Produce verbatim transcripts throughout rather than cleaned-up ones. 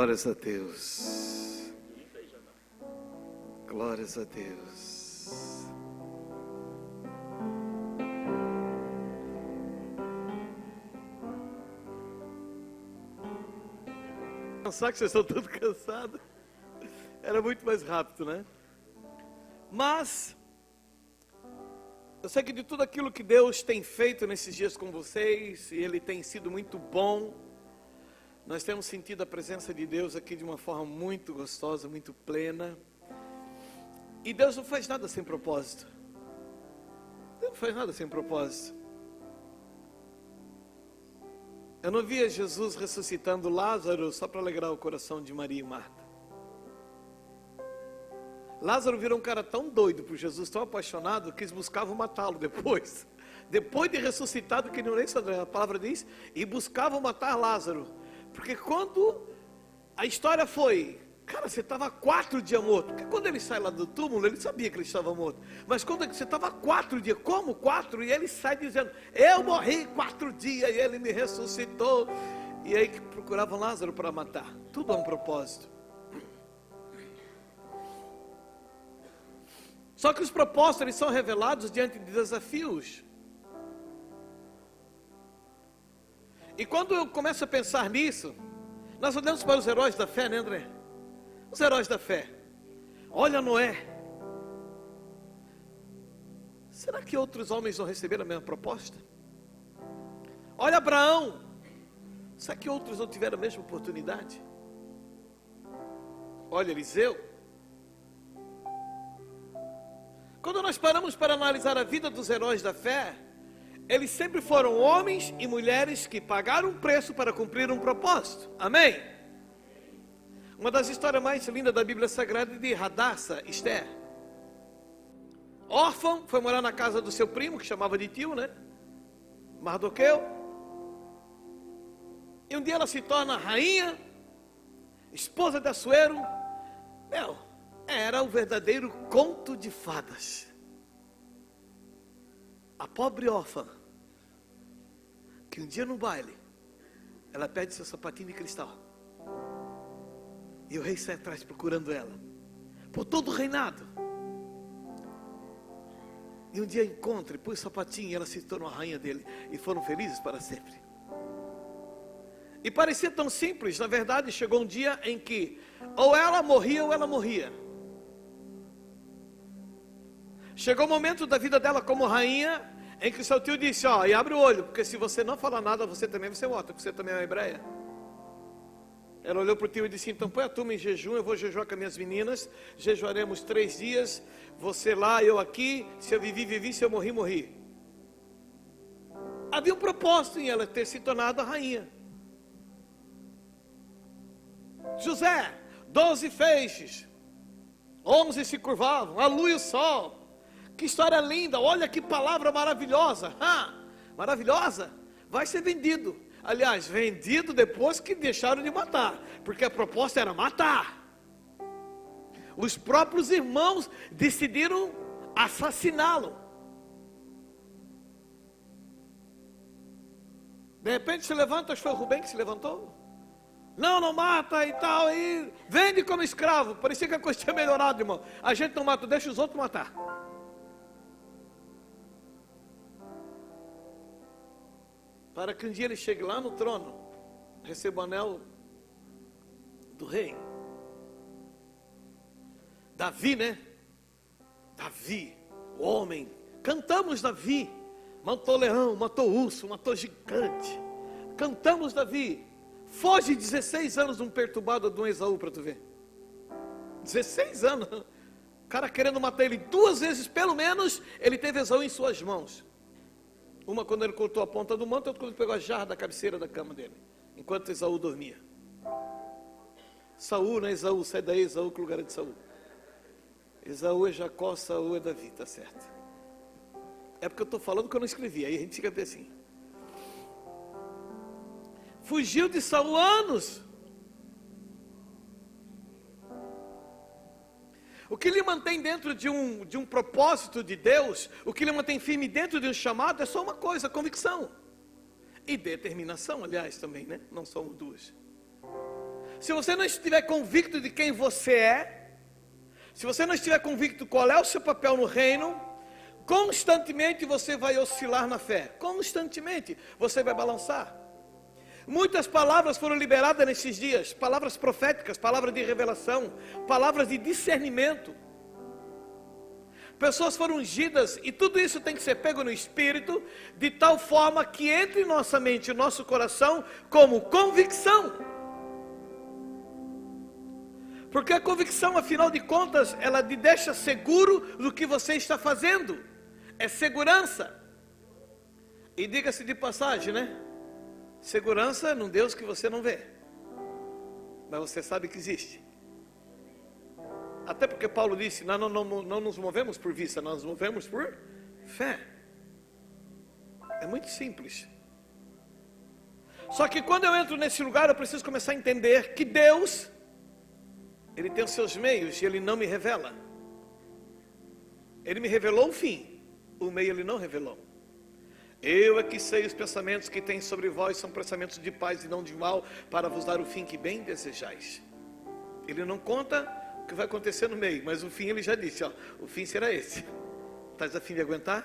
Glórias a Deus. Glórias a Deus. Pensar que vocês estão todos cansados. Era muito mais rápido, né? Mas eu sei que de tudo aquilo que Deus tem feito nesses dias com vocês, e Ele tem sido muito bom, nós temos sentido a presença de Deus aqui de uma forma muito gostosa, muito plena. E Deus não faz nada sem propósito. Deus não faz nada sem propósito. Eu não via Jesus ressuscitando Lázaro só para alegrar o coração de Maria e Marta. Lázaro virou um cara tão doido por Jesus, tão apaixonado, que eles buscavam matá-lo depois. Depois de ressuscitado, que não nem a palavra diz, e buscavam matar Lázaro. Porque quando a história foi, cara, você estava quatro dias morto. Porque quando ele sai lá do túmulo, ele sabia que ele estava morto. Mas quando você estava quatro dias, como quatro? E ele sai dizendo, eu morri quatro dias e ele me ressuscitou. E aí que procuravam Lázaro para matar. Tudo a um propósito. Só que os propósitos, eles são revelados diante de desafios. E quando eu começo a pensar nisso, nós olhamos para os heróis da fé, né, André? Os heróis da fé. Olha Noé. Será que outros homens não receberam a mesma proposta? Olha Abraão. Será que outros não tiveram a mesma oportunidade? Olha Eliseu. Quando nós paramos para analisar a vida dos heróis da fé, eles sempre foram homens e mulheres que pagaram um preço para cumprir um propósito. Amém? Uma das histórias mais lindas da Bíblia Sagrada é de Hadassah, Esther. Órfã, foi morar na casa do seu primo, que chamava de tio, né? Mardoqueu. E um dia ela se torna rainha, esposa de Assuero. Meu, era o verdadeiro conto de fadas. A pobre órfã, que um dia no baile, ela perde seu sapatinho de cristal. E o rei sai atrás procurando ela, por todo o reinado. E um dia encontra e põe o sapatinho e ela se tornou a rainha dele. E foram felizes para sempre. E parecia tão simples, na verdade chegou um dia em que ou ela morria ou ela morria. Chegou o momento da vida dela como rainha, em que seu tio disse, ó, e abre o olho, porque se você não falar nada, você também vai ser morta, porque você também é uma hebreia. Ela olhou para o tio e disse, então põe a turma em jejum, eu vou jejuar com as minhas meninas, jejuaremos três dias, você lá, eu aqui, se eu vivi, vivi, se eu morri, morri. Havia um propósito em ela ter se tornado a rainha. José, doze feixes, onze se curvavam, a lua e o sol. Que história linda, olha que palavra maravilhosa. Ah, maravilhosa, vai ser vendido. Aliás, vendido depois que deixaram de matar, porque a proposta era matar. Os próprios irmãos decidiram assassiná-lo. De repente se levanta, acho que foi o Rubem que se levantou. Não, não mata e tal, e vende como escravo. Parecia que a coisa tinha melhorado, irmão. A gente não mata, deixa os outros matar. Para que um dia ele chegue lá no trono, receba o anel do rei. Davi, né? Davi, o homem. Cantamos Davi. Matou leão, matou urso, matou gigante. Cantamos Davi. Foge dezesseis anos de um perturbado de um Esaú para tu ver. dezesseis anos. O cara querendo matar ele duas vezes, pelo menos, ele teve Esaú em suas mãos. Uma quando ele cortou a ponta do manto, outra quando ele pegou a jarra da cabeceira da cama dele, enquanto Esaú dormia. Saul, não é Esaú, sai daí Esaú, que lugar é de Saul. Esaú é Jacó, Saul é Davi, tá certo. É porque eu estou falando que eu não escrevi, aí a gente fica até assim. Fugiu de Saul anos. O que lhe mantém dentro de um, de um propósito de Deus, o que lhe mantém firme dentro de um chamado, é só uma coisa, convicção. E determinação, aliás, também, né? Não são duas. Se você não estiver convicto de quem você é, se você não estiver convicto qual é o seu papel no reino, constantemente você vai oscilar na fé. Constantemente você vai balançar. Muitas palavras foram liberadas nesses dias, palavras proféticas, palavras de revelação, palavras de discernimento. Pessoas foram ungidas e tudo isso tem que ser pego no Espírito, de tal forma que entre em nossa mente e nosso coração como convicção. Porque a convicção, afinal de contas, ela te deixa seguro do que você está fazendo. É segurança. E diga-se de passagem, né? Segurança num Deus que você não vê, mas você sabe que existe. Até porque Paulo disse, nós não, não, não nos movemos por vista, nós nos movemos por fé. É muito simples. Só que quando eu entro nesse lugar, eu preciso começar a entender que Deus, Ele tem os seus meios e Ele não me revela. Ele me revelou o fim, o meio Ele não revelou. Eu é que sei os pensamentos que tem sobre vós, são pensamentos de paz e não de mal, para vos dar o fim que bem desejais. Ele não conta o que vai acontecer no meio, mas o fim Ele já disse, ó, o fim será esse. Estás a fim de aguentar?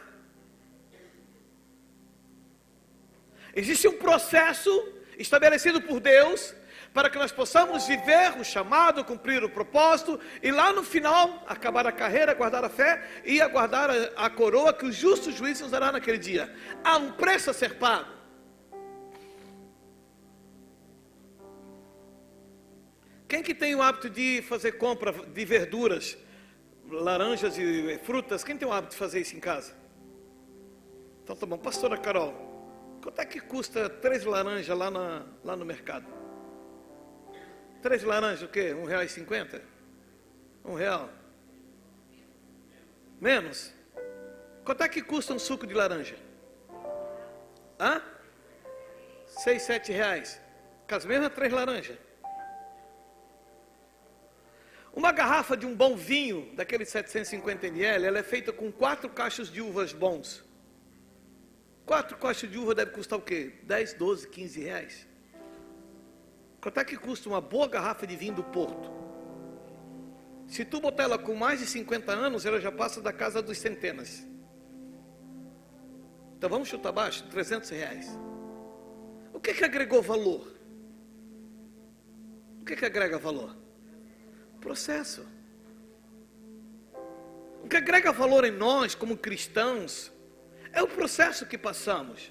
Existe um processo estabelecido por Deus, para que nós possamos viver o chamado, cumprir o propósito, e lá no final, acabar a carreira, guardar a fé, e aguardar a, a coroa que o justo juiz nos dará naquele dia. Há um preço a ser pago. Quem que tem o hábito de fazer compra de verduras, laranjas e frutas, quem tem o hábito de fazer isso em casa? Então tá bom, pastora Carol, quanto é que custa três laranjas lá, na, lá no mercado? Três laranjas, o quê? Um real e cinquenta? Um real? Menos? Quanto é que custa um suco de laranja? Hã? Seis, sete reais. Com as mesmas três laranjas. Uma garrafa de um bom vinho, daquele setecentos e cinquenta mililitros, ela é feita com quatro cachos de uvas bons. Quatro cachos de uva deve custar o quê? dez, doze, quinze reais. Quanto é que custa uma boa garrafa de vinho do Porto? Se tu botar ela com mais de cinquenta anos, ela já passa da casa dos centenas. Então vamos chutar baixo, trezentos reais. O que que agregou valor? O que que agrega valor? Processo. O que agrega valor em nós, como cristãos, é o processo que passamos.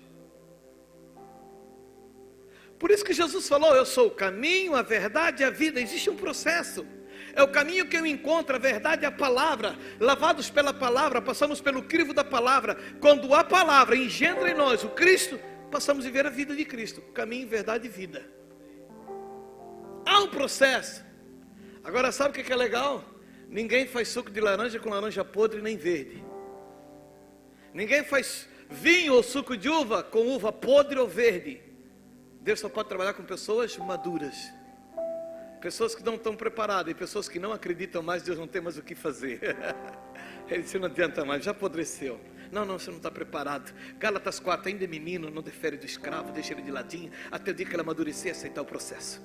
Por isso que Jesus falou, eu sou o caminho, a verdade e a vida. Existe um processo. É o caminho que eu encontro, a verdade e a palavra. Lavados pela palavra, passamos pelo crivo da palavra. Quando a palavra engendra em nós o Cristo, passamos a viver a vida de Cristo. Caminho, verdade e vida. Há um processo. Agora sabe o que é legal? Ninguém faz suco de laranja com laranja podre nem verde. Ninguém faz vinho ou suco de uva com uva podre ou verde. Deus só pode trabalhar com pessoas maduras, pessoas que não estão preparadas, e pessoas que não acreditam mais. Deus não tem mais o que fazer. Ele disse, não adianta mais, já apodreceu. Não, não, você não está preparado. Gálatas quatro, ainda é menino, não difere do escravo, deixa ele de ladinho, até o dia que ele amadurecer e aceitar o processo.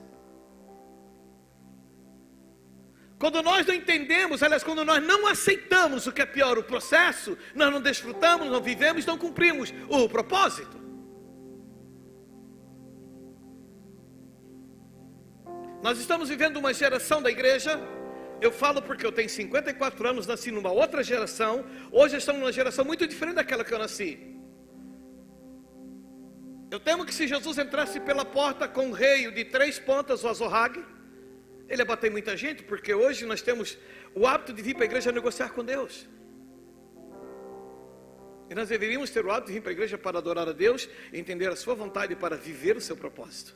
Quando nós não entendemos, aliás, quando nós não aceitamos o que é pior, o processo, nós não desfrutamos, não vivemos, não cumprimos o propósito. Nós estamos vivendo uma geração da igreja, eu falo porque eu tenho cinquenta e quatro anos, nasci numa outra geração, hoje estamos numa geração muito diferente daquela que eu nasci. Eu temo que se Jesus entrasse pela porta com um reio de três pontas, o azorrague, ele ia bater muita gente, porque hoje nós temos o hábito de vir para a igreja negociar com Deus. E nós deveríamos ter o hábito de vir para a igreja para adorar a Deus, entender a sua vontade para viver o seu propósito.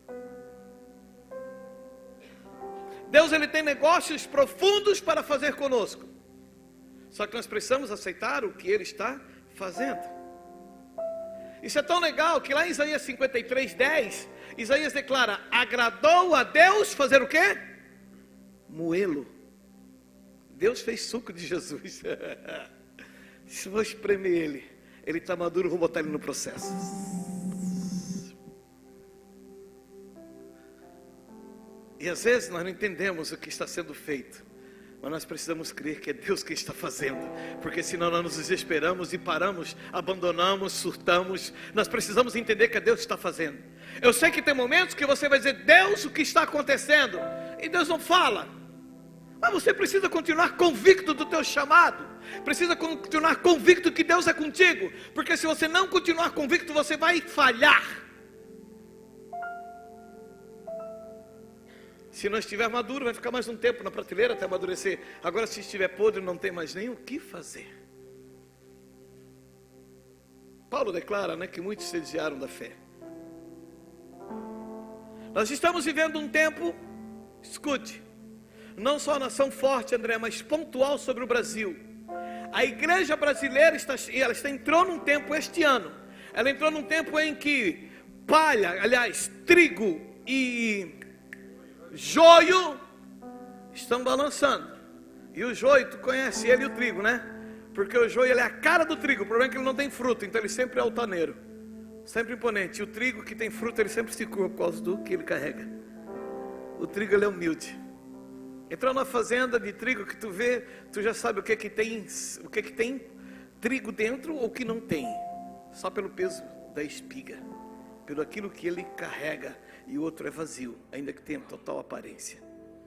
Deus, ele tem negócios profundos para fazer conosco. Só que nós precisamos aceitar o que ele está fazendo. Isso é tão legal que lá em Isaías cinquenta e três, dez, Isaías declara, agradou a Deus fazer o quê? Moê-lo. Deus fez suco de Jesus. Se vou espremer ele, ele está maduro, vou botar ele no processo. E às vezes nós não entendemos o que está sendo feito, mas nós precisamos crer que é Deus que está fazendo, porque senão nós nos desesperamos e paramos, abandonamos, surtamos. Nós precisamos entender que é Deus que está fazendo. Eu sei que tem momentos que você vai dizer: Deus, o que está acontecendo? E Deus não fala. Mas você precisa continuar convicto do teu chamado, precisa continuar convicto que Deus é contigo, porque se você não continuar convicto, você vai falhar. Se não estiver maduro, vai ficar mais um tempo na prateleira até amadurecer. Agora, se estiver podre, não tem mais nem o que fazer. Paulo declara, né, que muitos se desviaram da fé. Nós estamos vivendo um tempo, escute, não só a nação forte, André, mas pontual sobre o Brasil. A igreja brasileira está, ela está, entrou num tempo este ano. Ela entrou num tempo em que palha, aliás, trigo e joio estão balançando. E o joio, tu conhece ele e o trigo, né? Porque o joio, ele é a cara do trigo. O problema é que ele não tem fruto, então ele sempre é altaneiro, sempre imponente. E o trigo que tem fruto, ele sempre se curva por causa do que ele carrega. O trigo, ele é humilde. Entrou na fazenda de trigo que tu vê, tu já sabe o que que tem, o que que tem trigo dentro ou o que não tem, só pelo peso da espiga, pelo aquilo que ele carrega. E o outro é vazio, ainda que tenha total aparência.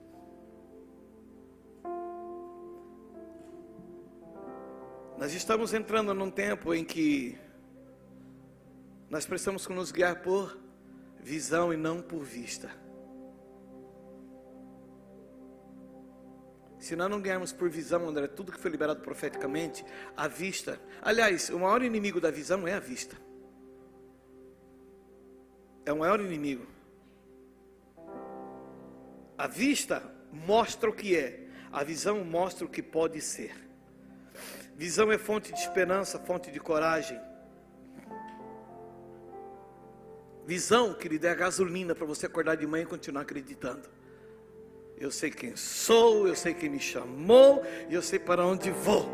Nós estamos entrando num tempo em que nós precisamos nos guiar por visão e não por vista. Se nós não ganharmos por visão, André, tudo que foi liberado profeticamente, a vista. Aliás, o maior inimigo da visão é a vista. É o maior inimigo. A vista mostra o que é, a visão mostra o que pode ser. Visão é fonte de esperança, fonte de coragem. Visão que lhe dê a gasolina para você acordar de manhã e continuar acreditando. Eu sei quem sou, eu sei quem me chamou, e eu sei para onde vou.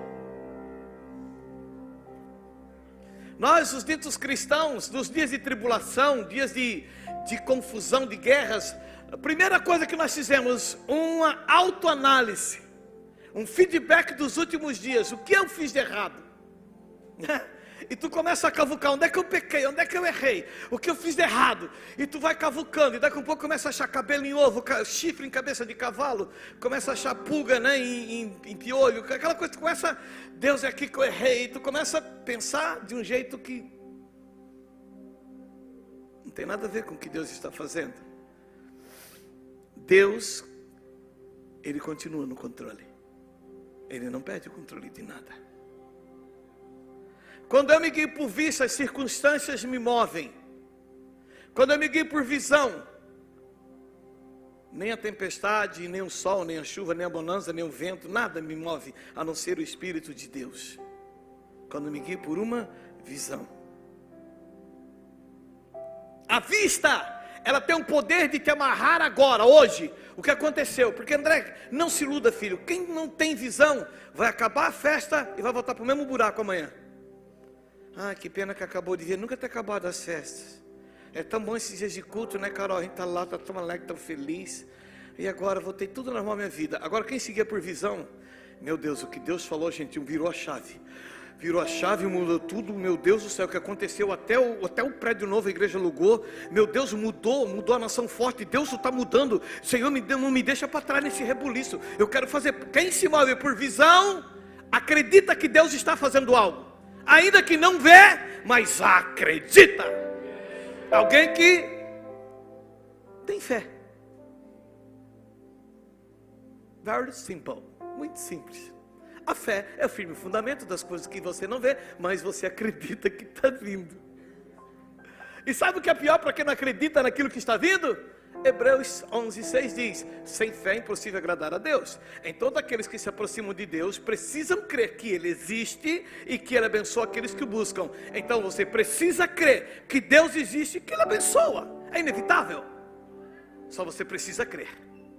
Nós, os ditos cristãos, nos dias de tribulação, dias de, de confusão, de guerras, a primeira coisa que nós fizemos, uma autoanálise, um feedback dos últimos dias. O que eu fiz de errado? E tu começa a cavucar, onde é que eu pequei, onde é que eu errei, o que eu fiz de errado, e tu vai cavucando, e daqui a pouco começa a achar cabelo em ovo, chifre em cabeça de cavalo, começa a achar pulga, né, em, em, em piolho, aquela coisa, tu começa, Deus é aqui que eu errei, e tu começa a pensar de um jeito que não tem nada a ver com o que Deus está fazendo. Deus, Ele continua no controle, Ele não perde o controle de nada. Quando eu me guio por vista, as circunstâncias me movem. Quando eu me guio por visão, nem a tempestade, nem o sol, nem a chuva, nem a bonança, nem o vento, nada me move, a não ser o Espírito de Deus. Quando eu me guio por uma visão. A vista, ela tem o poder de te amarrar agora, hoje, o que aconteceu. Porque, André, não se iluda, filho, quem não tem visão, vai acabar a festa e vai voltar para o mesmo buraco amanhã. Ah, que pena que acabou de ver, nunca ter acabado as festas. É tão bom esses dias de culto, né, Carol? A gente está lá, está tão alegre, tão feliz. E agora, voltei tudo normal na minha vida. Agora, quem seguia por visão, meu Deus, o que Deus falou, gente, virou a chave. Virou a chave, mudou tudo, meu Deus do céu, o que aconteceu, até o, até o prédio novo, a igreja alugou. Meu Deus, mudou, mudou a nação forte. Deus está mudando. Senhor, me, não me deixa para trás nesse rebuliço. Eu quero fazer, quem se move por visão, acredita que Deus está fazendo algo. Ainda que não vê, mas acredita. Alguém que tem fé. Very simple. Muito simples. A fé é o firme fundamento das coisas que você não vê, mas você acredita que está vindo. E sabe o que é pior para quem não acredita naquilo que está vindo? Hebreus onze, seis diz: sem fé é impossível agradar a Deus. Então, aqueles que se aproximam de Deus precisam crer que Ele existe e que Ele abençoa aqueles que o buscam. Então você precisa crer que Deus existe e que Ele abençoa. É inevitável. Só você precisa crer.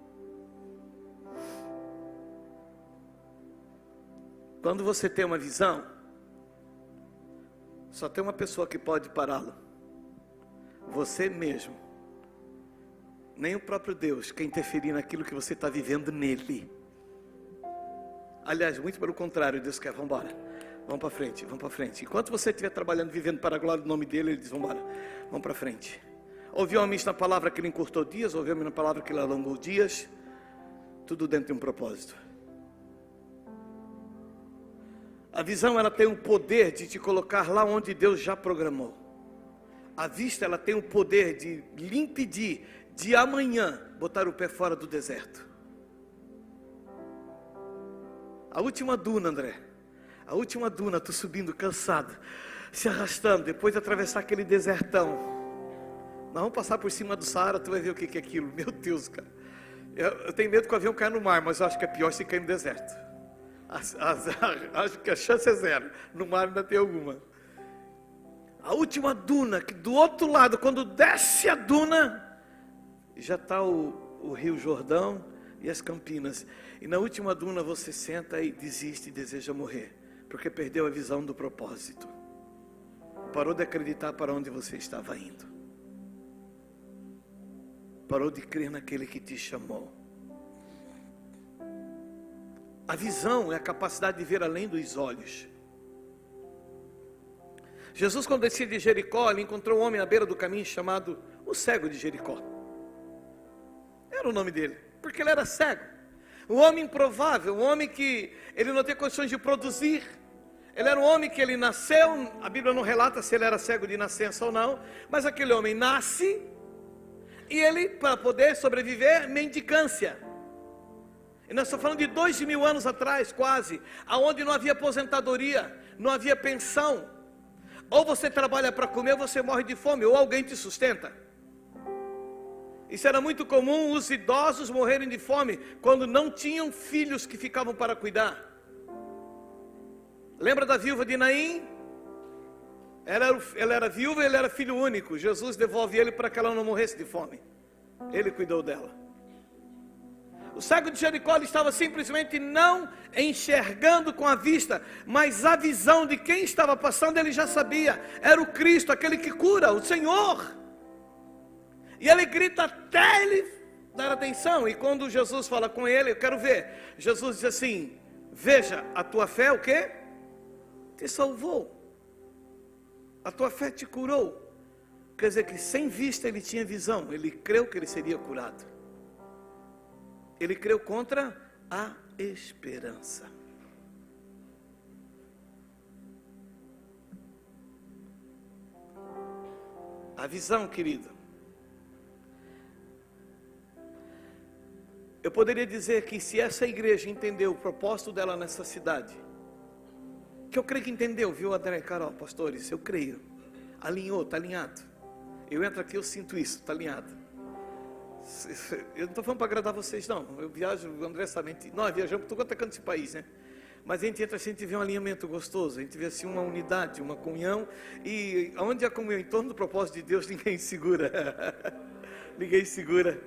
Quando você tem uma visão, só tem uma pessoa que pode pará-lo: você mesmo. nem o próprio Deus quer interferir naquilo que você está vivendo nele. Aliás, muito pelo contrário, Deus quer, vamos embora, vamos para frente, vamos para frente. Enquanto você estiver trabalhando, vivendo para a glória do nome dele, ele diz, vamos embora, vamos para frente. Ouviu homens na palavra que ele encurtou dias, ouviu homens na palavra que ele alongou dias, tudo dentro de um propósito. A visão, ela tem o poder de te colocar lá onde Deus já programou. A vista, ela tem o poder de lhe impedir de amanhã botar o pé fora do deserto. A última duna, André, a última duna, tu subindo cansado, se arrastando, depois de atravessar aquele desertão. Nós vamos passar por cima do Saara, tu vai ver o que é aquilo. Meu Deus, cara, eu, eu tenho medo que o avião caia no mar, mas eu acho que é pior se cair no deserto. As, as, acho que a chance é zero, no mar ainda tem alguma. A última duna, que do outro lado, quando desce a duna, já está o, o Rio Jordão e as Campinas. E na última duna você senta e desiste e deseja morrer, porque perdeu a visão do propósito. Parou de acreditar para onde você estava indo. Parou de crer naquele que te chamou. A visão é a capacidade de ver além dos olhos. Jesus, quando descia de Jericó, ele encontrou um homem à beira do caminho chamado o cego de Jericó. Era o nome dele, porque ele era cego. Um homem improvável, um homem que ele não tinha condições de produzir. Ele era um homem que ele nasceu, a Bíblia não relata se ele era cego de nascença ou não, mas aquele homem nasce e ele, para poder sobreviver, mendicância. E nós estamos falando de dois mil anos atrás, quase, aonde não havia aposentadoria, não havia pensão. Ou você trabalha para comer, ou você morre de fome, ou alguém te sustenta. Isso era muito comum, os idosos morrerem de fome, quando não tinham filhos que ficavam para cuidar. Lembra da viúva de Naim? Ela era, ela era viúva e ele era filho único. Jesus devolve ele para que ela não morresse de fome. Ele cuidou dela. O cego de Jericó estava simplesmente não enxergando com a vista, mas a visão de quem estava passando ele já sabia. Era o Cristo, aquele que cura, o Senhor. E ele grita até ele dar atenção. E quando Jesus fala com ele, eu quero ver. Jesus diz assim, veja, a tua fé o quê? Te salvou. A tua fé te curou. Quer dizer que sem vista ele tinha visão. Ele creu que ele seria curado. Ele creu contra a esperança. A visão, querido. Eu poderia dizer que se essa igreja entendeu o propósito dela nessa cidade, que eu creio que entendeu, viu, André e Carol, pastores, eu creio, alinhou, está alinhado. Eu entro aqui, eu sinto isso, está alinhado. Eu não estou falando para agradar vocês, não. Eu viajo, o André sabe, nós viajamos por todo quanto é canto desse país, né? Mas a gente entra assim, a gente vê um alinhamento gostoso, a gente vê assim uma unidade, uma comunhão, e onde há comunhão em torno do propósito de Deus, ninguém segura. Ninguém segura.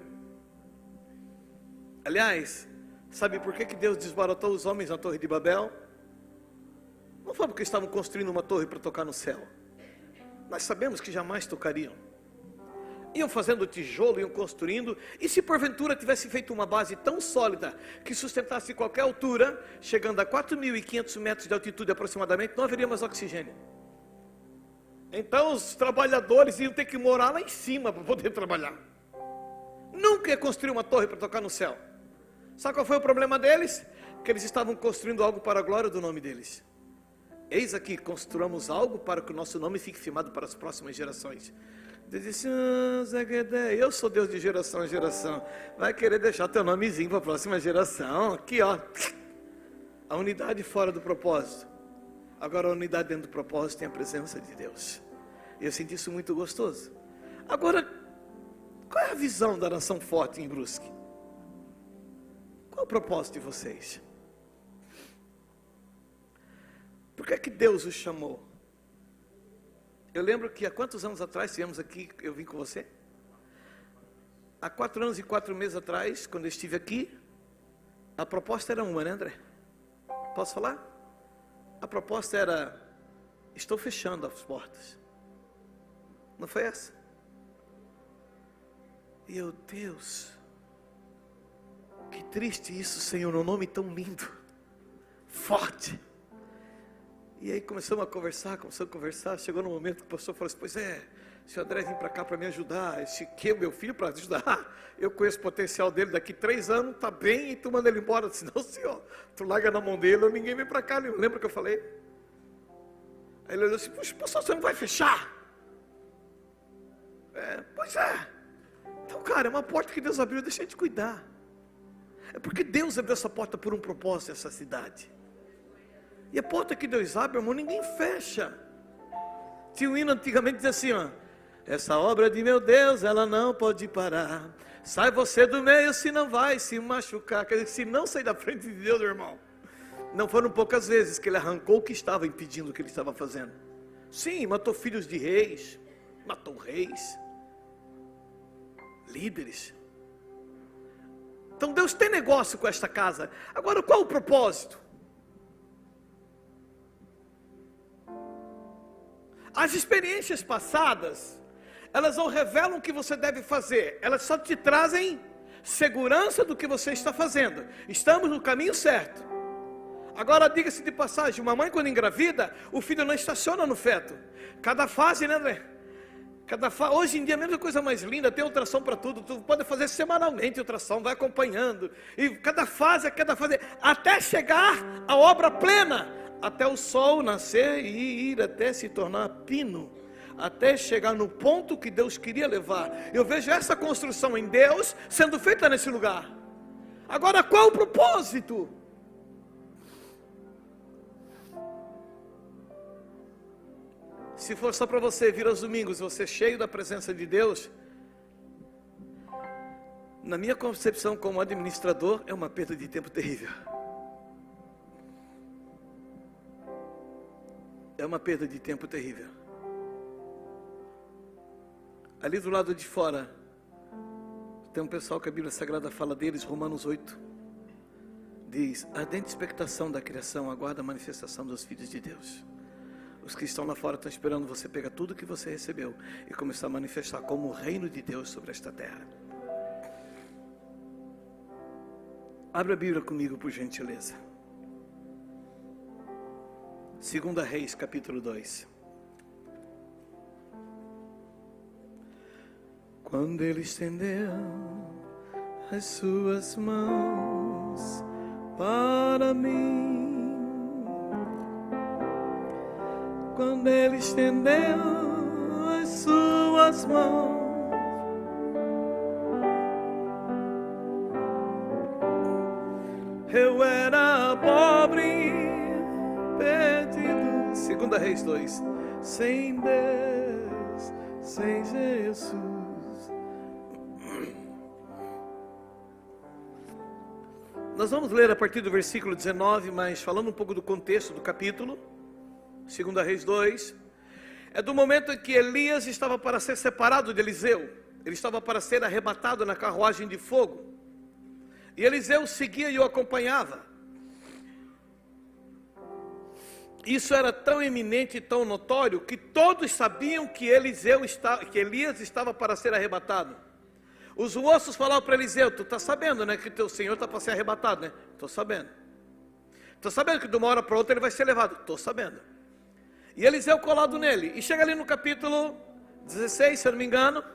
Aliás, sabe por que que Deus desbaratou os homens na Torre de Babel? Não foi porque estavam construindo uma torre para tocar no céu. Nós sabemos que jamais tocariam. Iam fazendo tijolo, iam construindo, e se porventura tivesse feito uma base tão sólida, que sustentasse qualquer altura, chegando a quatro mil e quinhentos metros de altitude aproximadamente, não haveria mais oxigênio. Então os trabalhadores iam ter que morar lá em cima para poder trabalhar. Nunca ia construir uma torre para tocar no céu. Sabe qual foi o problema deles? Que eles estavam construindo algo para a glória do nome deles. Eis aqui, construamos algo para que o nosso nome fique firmado para as próximas gerações. Deus disse, ah, Zé Guedé, eu sou Deus de geração em geração. Vai querer deixar teu nomezinho para a próxima geração. Aqui, ó. A unidade fora do propósito. Agora a unidade dentro do propósito tem a presença de Deus. E eu senti isso muito gostoso. Agora, qual é a visão da nação forte em Brusque? Qual é o propósito de vocês? Por que é que Deus os chamou? Eu lembro que há quantos anos atrás viemos aqui, eu vim com você? Há quatro anos e quatro meses atrás, quando eu estive aqui, a proposta era uma, né, André? Posso falar? A proposta era, estou fechando as portas. Não foi essa? E eu, Deus, que triste isso, Senhor, um nome tão lindo, forte. E aí começamos a conversar, começamos a conversar, chegou no momento que o pastor falou assim, pois é, se o André vir para cá para me ajudar, esse que é o meu filho para ajudar, eu conheço o potencial dele, daqui três anos está bem, e tu manda ele embora, senão senhor, tu larga na mão dele, ninguém vem para cá, lembra que eu falei? Aí ele olhou assim, puxa, pastor, você não vai fechar? É, pois é, então cara, é uma porta que Deus abriu, deixa a gente cuidar, é porque Deus abriu essa porta por um propósito nessa cidade, e a porta que Deus abre, irmão, ninguém fecha. Tinha um hino antigamente que dizia assim, ó, essa obra de meu Deus, ela não pode parar, sai você do meio, se não vai se machucar. Quer dizer, se não sair da frente de Deus, irmão, não foram poucas vezes que ele arrancou o que estava impedindo o que ele estava fazendo. Sim, matou filhos de reis, matou reis, líderes. Então Deus tem negócio com esta casa. Agora, qual o propósito? As experiências passadas, elas não revelam o que você deve fazer, elas só te trazem segurança do que você está fazendo. Estamos no caminho certo. Agora, diga-se de passagem, uma mãe quando engravida, o filho não estaciona no feto. Cada fase, né, André? Cada fa... Hoje em dia, a mesma coisa mais linda, tem ultrassom para tudo, tu pode fazer semanalmente ultrassom, vai acompanhando. E cada fase, cada fase, até chegar à obra plena. Até o sol nascer e ir até se tornar pino, até chegar no ponto que Deus queria levar. Eu vejo essa construção em Deus sendo feita nesse lugar. Agora, qual o propósito? Se for só para você vir aos domingos, você cheio da presença de Deus, na minha concepção como administrador, é uma perda de tempo terrível. É uma perda de tempo terrível. Ali do lado de fora, tem um pessoal que a Bíblia Sagrada fala deles, Romanos oito. Diz, ardente expectação da criação, aguarda a manifestação dos filhos de Deus. Os que estão lá fora estão esperando você pegar tudo que você recebeu e começar a manifestar como o reino de Deus sobre esta terra. Abra a Bíblia comigo, por gentileza. Segunda Reis, capítulo dois. Quando ele estendeu as suas mãos para mim, quando ele estendeu as suas mãos, eu era pobre, perdido. Segunda Reis dois. Sem Deus, sem Jesus. Nós vamos ler a partir do versículo dezenove, mas falando um pouco do contexto do capítulo. Segunda Reis dois. É do momento em que Elias estava para ser separado de Eliseu. Ele estava para ser arrebatado na carruagem de fogo. E Eliseu seguia e o acompanhava. Isso era tão eminente e tão notório que todos sabiam que, Eliseu está, que Elias estava para ser arrebatado. Os moços falavam para Eliseu, tu está sabendo, né, que teu senhor está para ser arrebatado, né? Estou sabendo. Estou sabendo que de uma hora para outra ele vai ser levado. Estou sabendo. E Eliseu colado nele. E chega ali no capítulo dezesseis, se eu não me engano.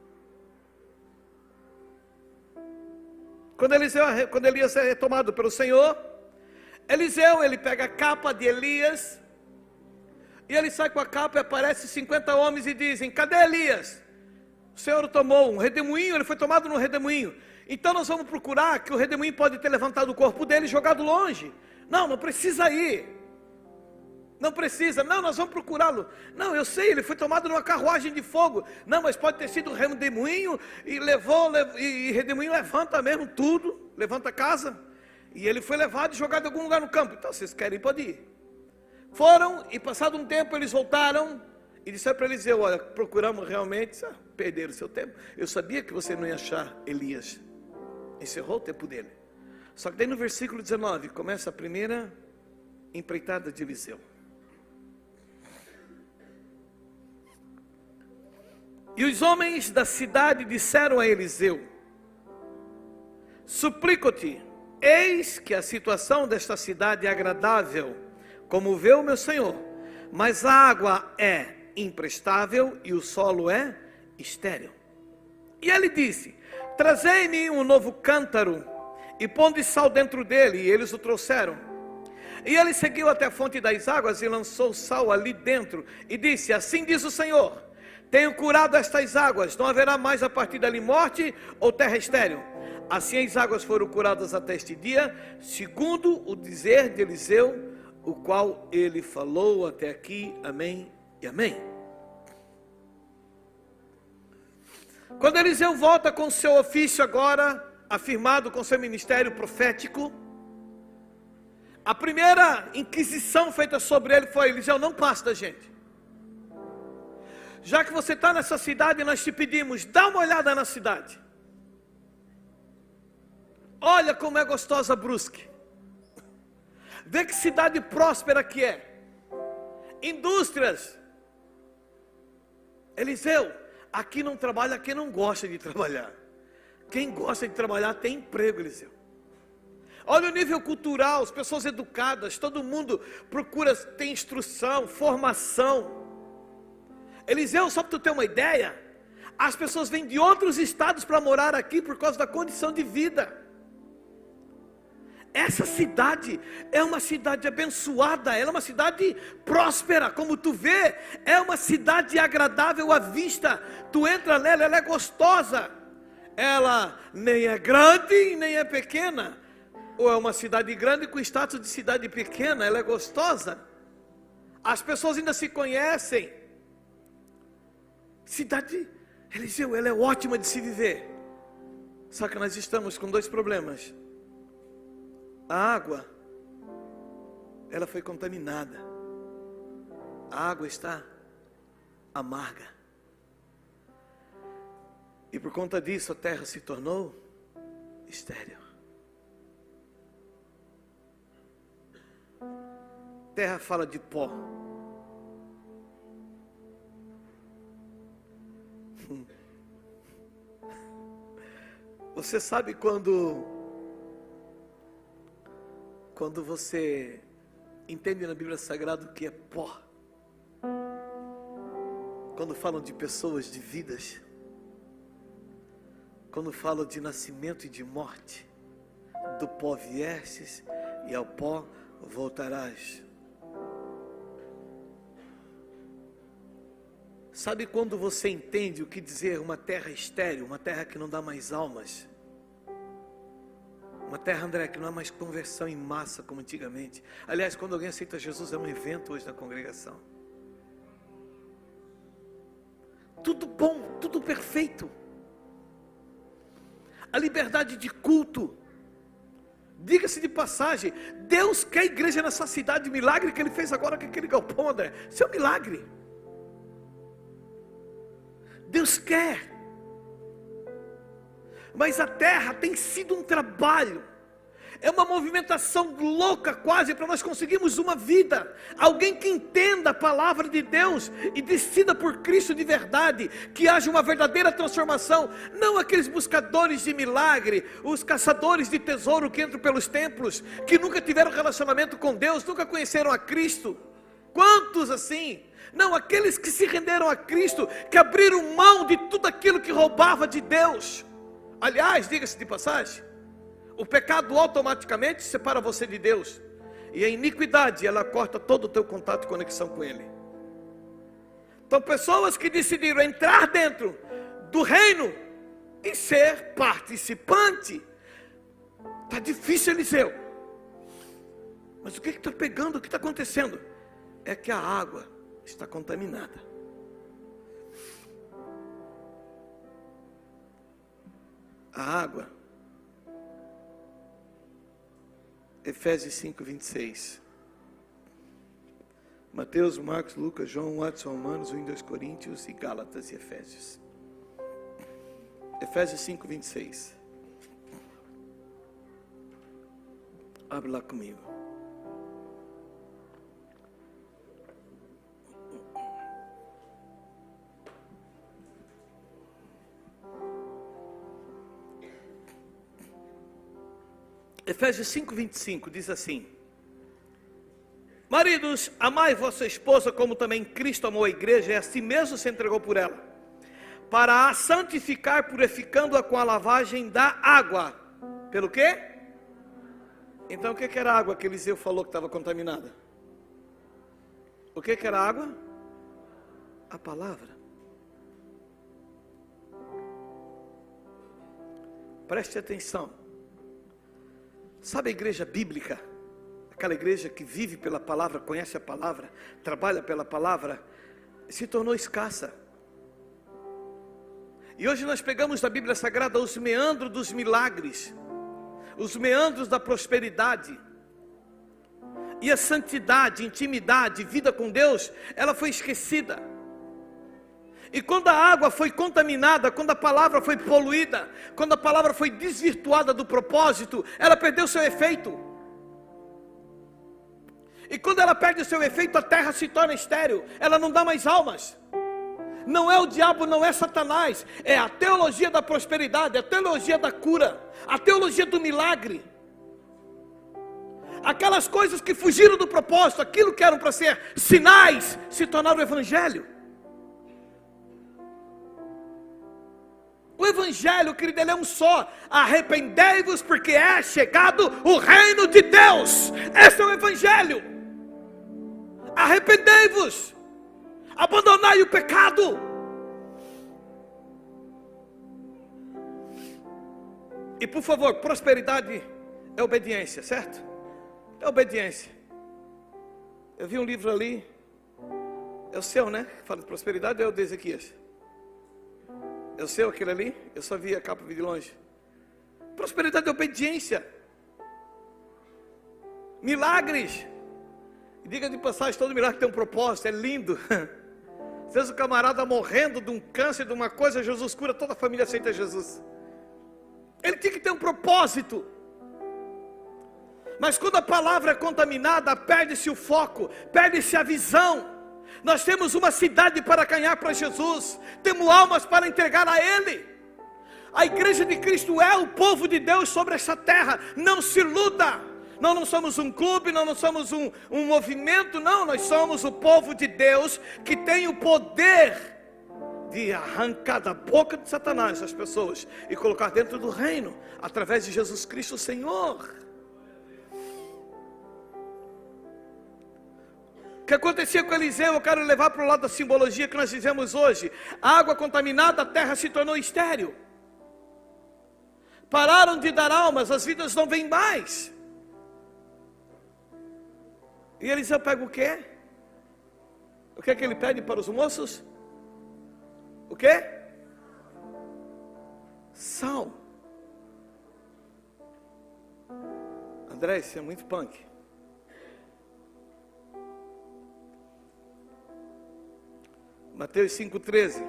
Quando, Eliseu, quando Elias é tomado pelo Senhor, Eliseu, ele pega a capa de Elias, e ele sai com a capa e aparece cinquenta homens e dizem, cadê Elias? O Senhor o tomou, um redemoinho, ele foi tomado no redemoinho. Então nós vamos procurar, que o redemoinho pode ter levantado o corpo dele e jogado longe. Não, não precisa ir. Não precisa, não, nós vamos procurá-lo. Não, eu sei, ele foi tomado numa carruagem de fogo. Não, mas pode ter sido um redemoinho e levou, e redemoinho levanta mesmo tudo, levanta a casa. E ele foi levado e jogado em algum lugar no campo. Então, vocês querem, pode ir. Foram, e passado um tempo eles voltaram e disseram para Eliseu, olha, procuramos realmente, ah, perderam o seu tempo. Eu sabia que você não ia achar Elias. Encerrou o tempo dele. Só que daí no versículo dezenove, começa a primeira empreitada de Eliseu. E os homens da cidade disseram a Eliseu: suplico-te, eis que a situação desta cidade é agradável, como vê o meu senhor, mas a água é imprestável e o solo é estéril. E ele disse: trazei-me um novo cântaro e ponde sal dentro dele. E eles o trouxeram. E ele seguiu até a fonte das águas e lançou sal ali dentro e disse: assim diz o Senhor, tenho curado estas águas, não haverá mais a partir dali morte ou terra estéril. Assim as águas foram curadas até este dia, segundo o dizer de Eliseu, o qual ele falou até aqui. Amém e amém. Quando Eliseu volta com seu ofício agora, afirmado com seu ministério profético, a primeira inquisição feita sobre ele foi: Eliseu, não passe da gente. Já que você está nessa cidade, nós te pedimos, dá uma olhada na cidade. Olha como é gostosa Brusque. Vê que cidade próspera que é. Indústrias. Eliseu, aqui não trabalha quem não gosta de trabalhar. Quem gosta de trabalhar tem emprego, Eliseu. Olha o nível cultural, as pessoas educadas, todo mundo procura ter instrução, formação. Eliseu, só para tu ter uma ideia, as pessoas vêm de outros estados para morar aqui por causa da condição de vida. Essa cidade é uma cidade abençoada, ela é uma cidade próspera, como tu vê, é uma cidade agradável à vista. Tu entra nela, ela é gostosa, ela nem é grande nem é pequena. Ou é uma cidade grande com status de cidade pequena, ela é gostosa. As pessoas ainda se conhecem. Cidade, Eliseu, ela é ótima de se viver. Só que nós estamos com dois problemas. A água, ela foi contaminada. A água está amarga. E por conta disso a terra se tornou estéril. Terra fala de pó. Você sabe quando quando você entende na Bíblia Sagrada o que é pó? Quando falam de pessoas, de vidas, quando falam de nascimento e de morte, do pó viestes e ao pó voltarás. Sabe quando você entende o que dizer uma terra estéril, uma terra que não dá mais almas? Uma terra, André, que não há mais conversão em massa como antigamente. Aliás, quando alguém aceita Jesus é um evento hoje na congregação. Tudo bom, tudo perfeito. A liberdade de culto. Diga-se de passagem, Deus quer igreja nessa cidade. O milagre que Ele fez agora com aquele galpão, André, isso é um milagre. Deus quer, mas a terra tem sido um trabalho, é uma movimentação louca quase para nós conseguirmos uma vida, alguém que entenda a palavra de Deus e decida por Cristo de verdade, que haja uma verdadeira transformação, não aqueles buscadores de milagre, os caçadores de tesouro que entram pelos templos, que nunca tiveram relacionamento com Deus, nunca conheceram a Cristo. Quantos assim? Não, aqueles que se renderam a Cristo, que abriram mão de tudo aquilo que roubava de Deus. Aliás, diga-se de passagem, o pecado automaticamente separa você de Deus, e a iniquidade, ela corta todo o teu contato e conexão com Ele. Então pessoas que decidiram entrar dentro do reino e ser participante. Está difícil, Eliseu, mas o que está pegando, o que está acontecendo? É que a água está contaminada. A água, Efésios cinco, vinte e seis. Mateus, Marcos, Lucas, João, Watson, Romanos, um, dois Coríntios e Gálatas e Efésios. Efésios cinco, vinte e seis. Abre lá comigo. Efésios cinco, vinte e cinco diz assim: maridos, amai vossa esposa como também Cristo amou a igreja e a si mesmo se entregou por ela, para a santificar, purificando-a com a lavagem da água. Pelo quê? Então o que que era a água que Eliseu falou que estava contaminada? O que que era a água? A palavra. Preste atenção. Sabe a igreja bíblica? Aquela igreja que vive pela palavra, conhece a palavra, trabalha pela palavra, se tornou escassa. E hoje nós pegamos da Bíblia Sagrada os meandros dos milagres, os meandros da prosperidade, e a santidade, intimidade, vida com Deus, ela foi esquecida. E quando a água foi contaminada, quando a palavra foi poluída, quando a palavra foi desvirtuada do propósito, ela perdeu seu efeito. E quando ela perde o seu efeito, a terra se torna estéril, ela não dá mais almas. Não é o diabo, não é Satanás, é a teologia da prosperidade, a teologia da cura, a teologia do milagre. Aquelas coisas que fugiram do propósito, aquilo que eram para ser sinais, se tornaram o evangelho. O evangelho, querido, ele é um só: arrependei-vos porque é chegado o reino de Deus. Esse é o evangelho. Arrependei-vos, abandonai o pecado. E por favor, prosperidade é obediência, certo? É obediência. Eu vi um livro ali, é o seu, né? Fala de prosperidade, é o de Ezequias. É o seu aquele ali? Eu só vi a capa de longe. Prosperidade é obediência. Milagres. E diga de passagem, todo milagre tem um propósito, é lindo. Às vezes o camarada morrendo de um câncer, de uma coisa, Jesus cura, toda a família aceita Jesus. Ele tinha que ter um propósito. Mas quando a palavra é contaminada, perde-se o foco, perde-se a visão. Nós temos uma cidade para ganhar para Jesus, temos almas para entregar a Ele. A igreja de Cristo é o povo de Deus sobre essa terra. Não se iluda. Nós não somos um clube, nós não somos um, um movimento, não. Nós somos o povo de Deus que tem o poder de arrancar da boca de Satanás as pessoas e colocar dentro do reino, através de Jesus Cristo o Senhor. O que acontecia com Eliseu, eu quero levar para o lado da simbologia que nós fizemos hoje. A água contaminada, a terra se tornou estéril. Pararam de dar almas, as vidas não vêm mais. E Eliseu pega o quê? O que é que ele pede para os moços? O quê? Sal. André, isso é muito punk. Mateus cinco, treze.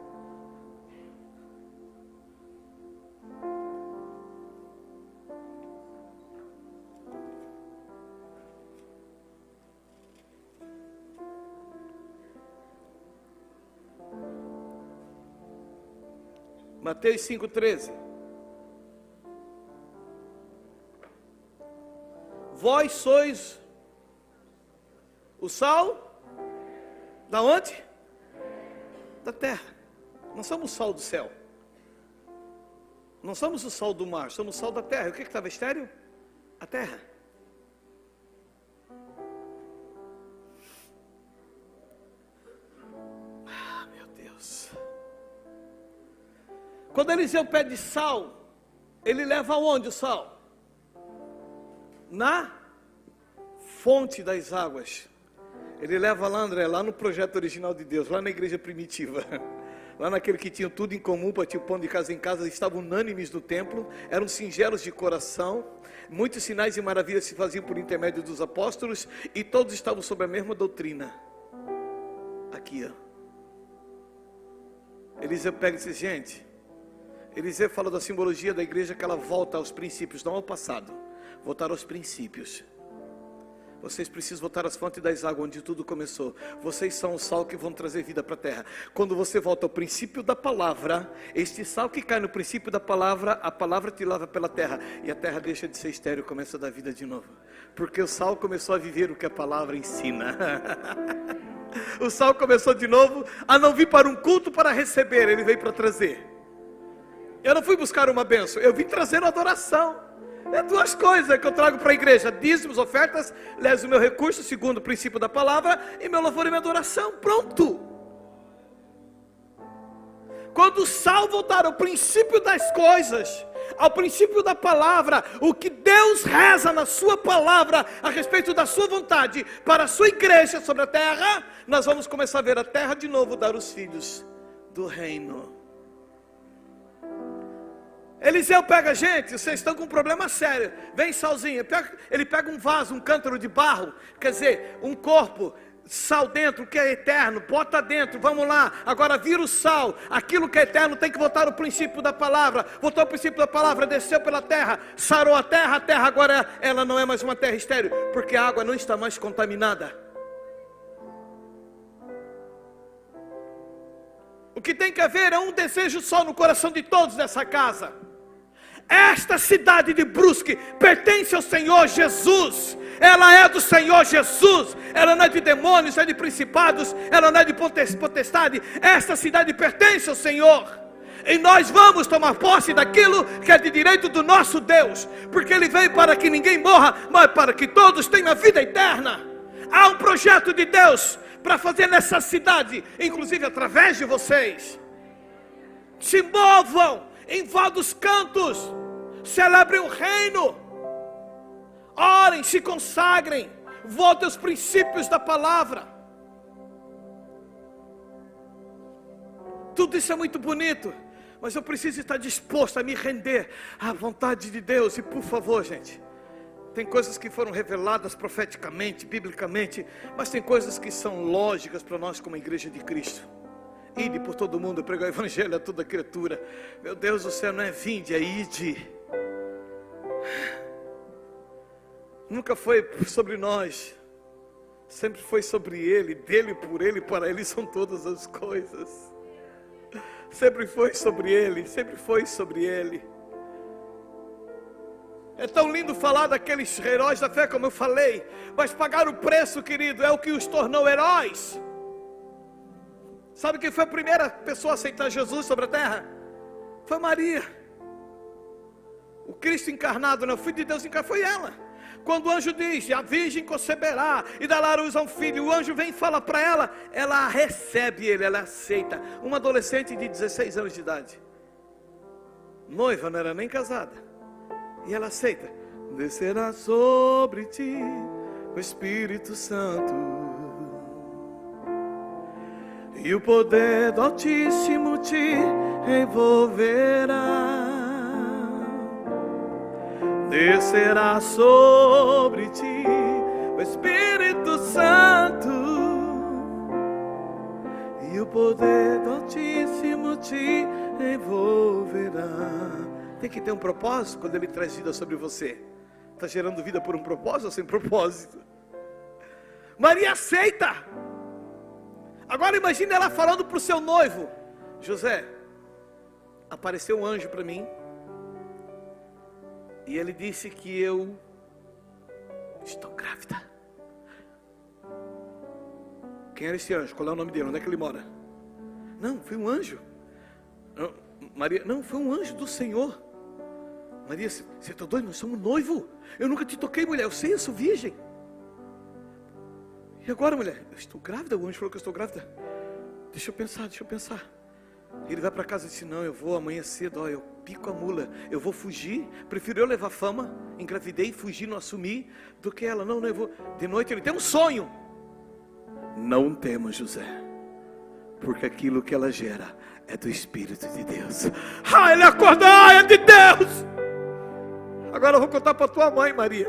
Mateus cinco, treze. Vós sois o sal da onde? Da terra. Não somos o sal do céu. Não somos o sal do mar, somos o sal da terra. O que estava estéril? A terra. Ah, meu Deus. Quando Eliseu pede sal, ele leva aonde o sal? Na fonte das águas. Ele leva lá, André, lá no projeto original de Deus, lá na igreja primitiva, lá naquele que tinha tudo em comum, batia o pão de casa em casa, estavam unânimes no templo, eram singelos de coração, muitos sinais e maravilhas se faziam por intermédio dos apóstolos, e todos estavam sob a mesma doutrina. Aqui, ó. Eliseu pega e diz: gente, Eliseu fala da simbologia da igreja, que ela volta aos princípios, não ao passado, voltar aos princípios. Vocês precisam voltar às fontes das águas, onde tudo começou. Vocês são o sal que vão trazer vida para a terra. Quando você volta ao princípio da palavra, este sal que cai no princípio da palavra, a palavra te lava pela terra, e a terra deixa de ser estéril e começa a dar vida de novo. Porque o sal começou a viver o que a palavra ensina. O sal começou de novo a não vir para um culto para receber, ele veio para trazer. Eu não fui buscar uma bênção, eu vim trazer uma adoração. É duas coisas que eu trago para a igreja: dízimos, ofertas, leves o meu recurso, segundo o princípio da palavra, e meu louvor e minha adoração. Pronto. Quando o sal voltar ao princípio das coisas, ao princípio da palavra, o que Deus reza na sua palavra a respeito da sua vontade para a sua igreja sobre a terra, nós vamos começar a ver a terra de novo dar os filhos do reino. Eliseu pega: gente, vocês estão com um problema sério, vem salzinho. Ele pega um vaso, um cântaro de barro, quer dizer, um corpo, sal dentro, que é eterno, bota dentro, vamos lá, agora vira o sal, aquilo que é eterno tem que voltar ao princípio da palavra. Voltou ao princípio da palavra, desceu pela terra, sarou a terra, a terra agora ela não é mais uma terra estéril, porque a água não está mais contaminada. O que tem que haver é um desejo só no coração de todos nessa casa. Esta cidade de Brusque pertence ao Senhor Jesus. Ela é do Senhor Jesus. Ela não é de demônios, é de principados, ela não é de potestade. Esta cidade pertence ao Senhor. E nós vamos tomar posse daquilo que é de direito do nosso Deus, porque Ele veio para que ninguém morra, mas para que todos tenham a vida eterna. Há um projeto de Deus para fazer nessa cidade, inclusive através de vocês. Se movam, invadam os cantos, celebrem o reino, orem, se consagrem, voltem aos princípios da palavra. Tudo isso é muito bonito, mas eu preciso estar disposto a me render à vontade de Deus. E por favor, gente, tem coisas que foram reveladas profeticamente, biblicamente, mas tem coisas que são lógicas para nós como igreja de Cristo. Ide por todo mundo, pregar o evangelho a toda criatura. Meu Deus do céu, não é vinde, é ide. Nunca foi sobre nós, sempre foi sobre Ele, dele, por Ele, para Ele são todas as coisas. Sempre foi sobre Ele, sempre foi sobre Ele. É tão lindo falar daqueles heróis da fé, como eu falei, mas pagar o preço, querido, é o que os tornou heróis. Sabe quem foi a primeira pessoa a aceitar Jesus sobre a terra? Foi Maria. O Cristo encarnado, né? O Filho de Deus encarnado, foi ela. Quando o anjo diz: a virgem conceberá e dará à luz a um filho, o anjo vem e fala para ela, ela recebe ele, ela aceita. Uma adolescente de dezesseis anos de idade, noiva, não era nem casada, e ela aceita. Descerá sobre ti o Espírito Santo, e o poder do Altíssimo te envolverá. Descerá sobre ti o Espírito Santo, e o poder do Altíssimo te envolverá. Tem que ter um propósito quando Ele traz vida sobre você. Está gerando vida por um propósito ou sem propósito? Maria aceita. Agora imagine ela falando para o seu noivo: José, apareceu um anjo para mim, e ele disse que eu estou grávida. Quem era esse anjo? Qual é o nome dele? Onde é que ele mora? Não, foi um anjo. Não, Maria, não, foi um anjo do Senhor. Maria, você está doido? Nós somos noivo. Eu nunca te toquei, mulher. Eu sei, eu sou virgem. E agora, mulher? Eu estou grávida? O anjo falou que eu estou grávida. Deixa eu pensar, deixa eu pensar. Ele vai para casa e disse: não, eu vou amanhã cedo, ó, eu pico a mula, eu vou fugir. Prefiro eu levar fama, engravidei, fugir, não assumir, do que ela. Não, não, eu vou. De noite ele tem um sonho. Não temas, José, porque aquilo que ela gera é do Espírito de Deus. Ah, ele acordou, ah, é de Deus. Agora eu vou contar para tua mãe, Maria.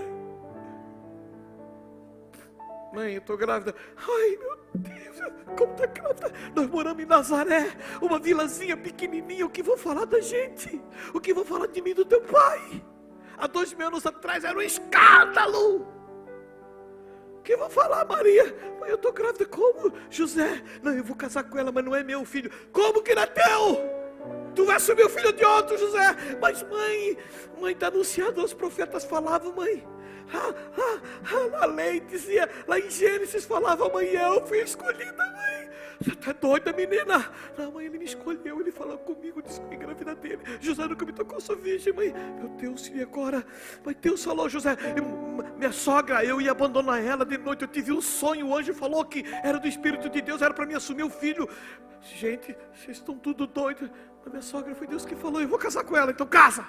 Mãe, eu estou grávida. Ai, meu Deus, como está grávida? Nós moramos em Nazaré, uma vilazinha pequenininha. O que vão falar da gente? O que vão falar de mim e do teu pai? Há dois mil anos atrás era um escândalo. que vão falar, Maria? Mãe, eu estou grávida, como? José, não, eu vou casar com ela, mas não é meu filho. Como que não é teu? Tu vai assumir o filho de outro, José. Mas mãe, mãe, está anunciado, os profetas falavam, mãe. Ah, ah, ah, a lei dizia, lá em Gênesis falava, mãe, eu fui escolhida, mãe. Você está doida, menina? Não, mãe, ele me escolheu, ele falou comigo, disse que engravida dele. José nunca me tocou, sou virgem, mãe. Meu Deus, e agora? Mas Deus falou, José, eu, minha sogra, eu ia abandonar ela de noite, eu tive um sonho, o anjo falou que era do Espírito de Deus, era para mim assumir o filho. Gente, vocês estão tudo doidos. A minha sogra foi Deus que falou, eu vou casar com ela, então casa.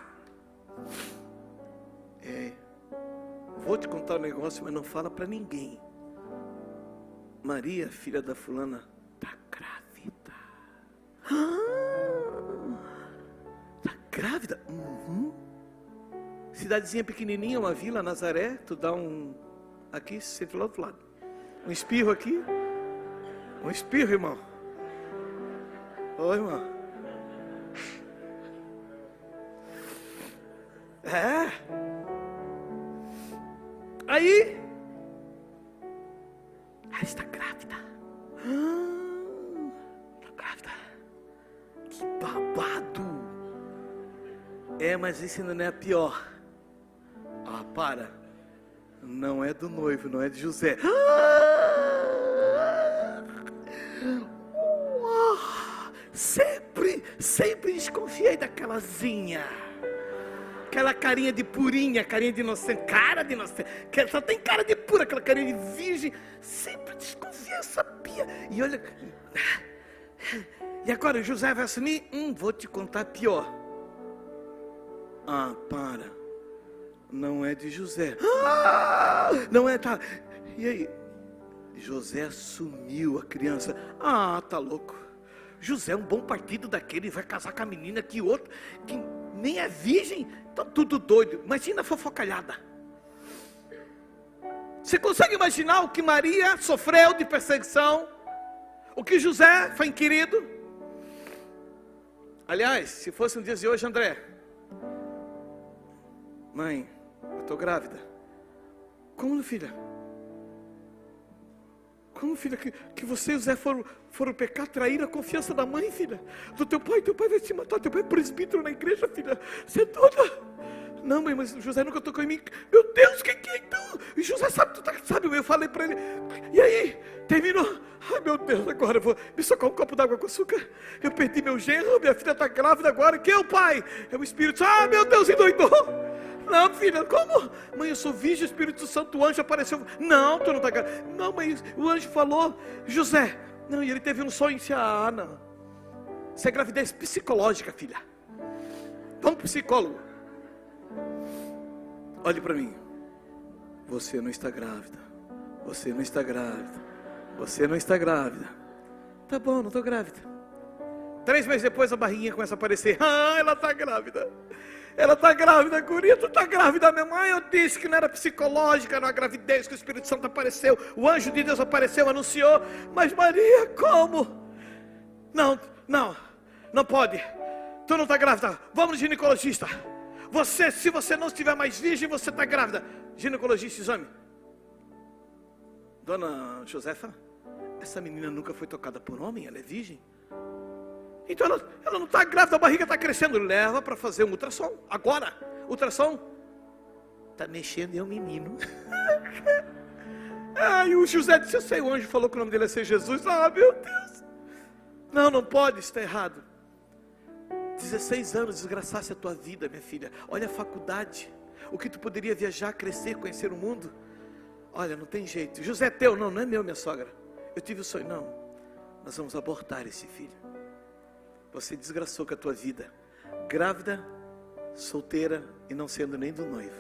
É, vou te contar um negócio, mas não fala para ninguém. Maria, filha da fulana, está grávida. Ah, está grávida? Uhum. Cidadezinha pequenininha, uma vila, Nazaré. Tu dá um, aqui, sempre lá do outro lado. Um espirro aqui. Um espirro, irmão. Oi, irmão. É. Aí, ela está grávida. Ah, está grávida. Que babado. É, mas isso ainda não é a pior. Ah, para. Não é do noivo, não é de José. Ah, uau, sempre, sempre desconfiei daquelazinha. Aquela carinha de purinha, carinha de inocente, cara de inocente, que só tem cara de pura, aquela carinha de virgem. Sempre desconfiei, sabia. E olha, e agora o José vai assumir? Hum, vou te contar pior. Ah, para. Não é de José. Ah, não é, tá. E aí? José assumiu a criança. Ah, tá louco. José é um bom partido daquele, vai casar com a menina que outro, que nem é virgem, tá tudo doido. Imagina a fofocalhada. Você consegue imaginar o que Maria sofreu de perseguição? O que José foi inquirido? Aliás, se fosse um dia de hoje, André, mãe, eu estou grávida. Como, filha? Como, filha, que, que você e José foram, foram pecar, trair a confiança da mãe, filha? Do teu pai, teu pai vai te matar, teu pai é presbítero na igreja, filha. Você é toda... Não, mãe, mas José nunca tocou em mim. Meu Deus, quem que é então? E José sabe, tu tá, sabe, eu falei para ele. E aí, terminou. Ai, meu Deus, agora eu vou me socar um copo d'água com açúcar. Eu perdi meu genro, minha filha está grávida agora. Quem é o pai? É o Espírito. Ah, meu Deus, endoidou. Não, filha, como? Mãe, eu sou virgem, o Espírito Santo, o anjo apareceu. Não, tu não está grávida. Não, mãe, o anjo falou, José. Não, e ele teve um sonho. Disse, ah, não. Isso é gravidez psicológica, filha. Vamos para o psicólogo. Olhe para mim. Você não está grávida. Você não está grávida. Você não está grávida. Tá bom, não estou grávida. Três meses depois a barriguinha começa a aparecer. Ah, ela está grávida. Ela está grávida, guria, tu está grávida, minha mãe. Eu disse que não era psicológica, era uma gravidez, que o Espírito Santo apareceu. O anjo de Deus apareceu, anunciou. Mas Maria, como? Não, não, não pode. Tu não está grávida. Vamos no ginecologista. Você, se você não estiver mais virgem, você está grávida. Ginecologista, exame. Dona Josefa, essa menina nunca foi tocada por homem, ela é virgem. Então ela, ela não está grávida, a barriga está crescendo. Leva para fazer um ultrassom. Agora, ultrassom. Está mexendo e é um menino. Ai, o José disse, eu sei, o anjo falou que o nome dele ia ser Jesus. Ah, meu Deus. Não, não pode, está errado. dezesseis anos, desgraçasse a tua vida, minha filha. Olha a faculdade, o que tu poderia viajar, crescer, conhecer o mundo. Olha, não tem jeito. José é teu, não, não é meu, minha sogra. Eu tive o sonho, não. Nós vamos abortar esse filho. Você desgraçou com a tua vida. Grávida, solteira e não sendo nem do noivo.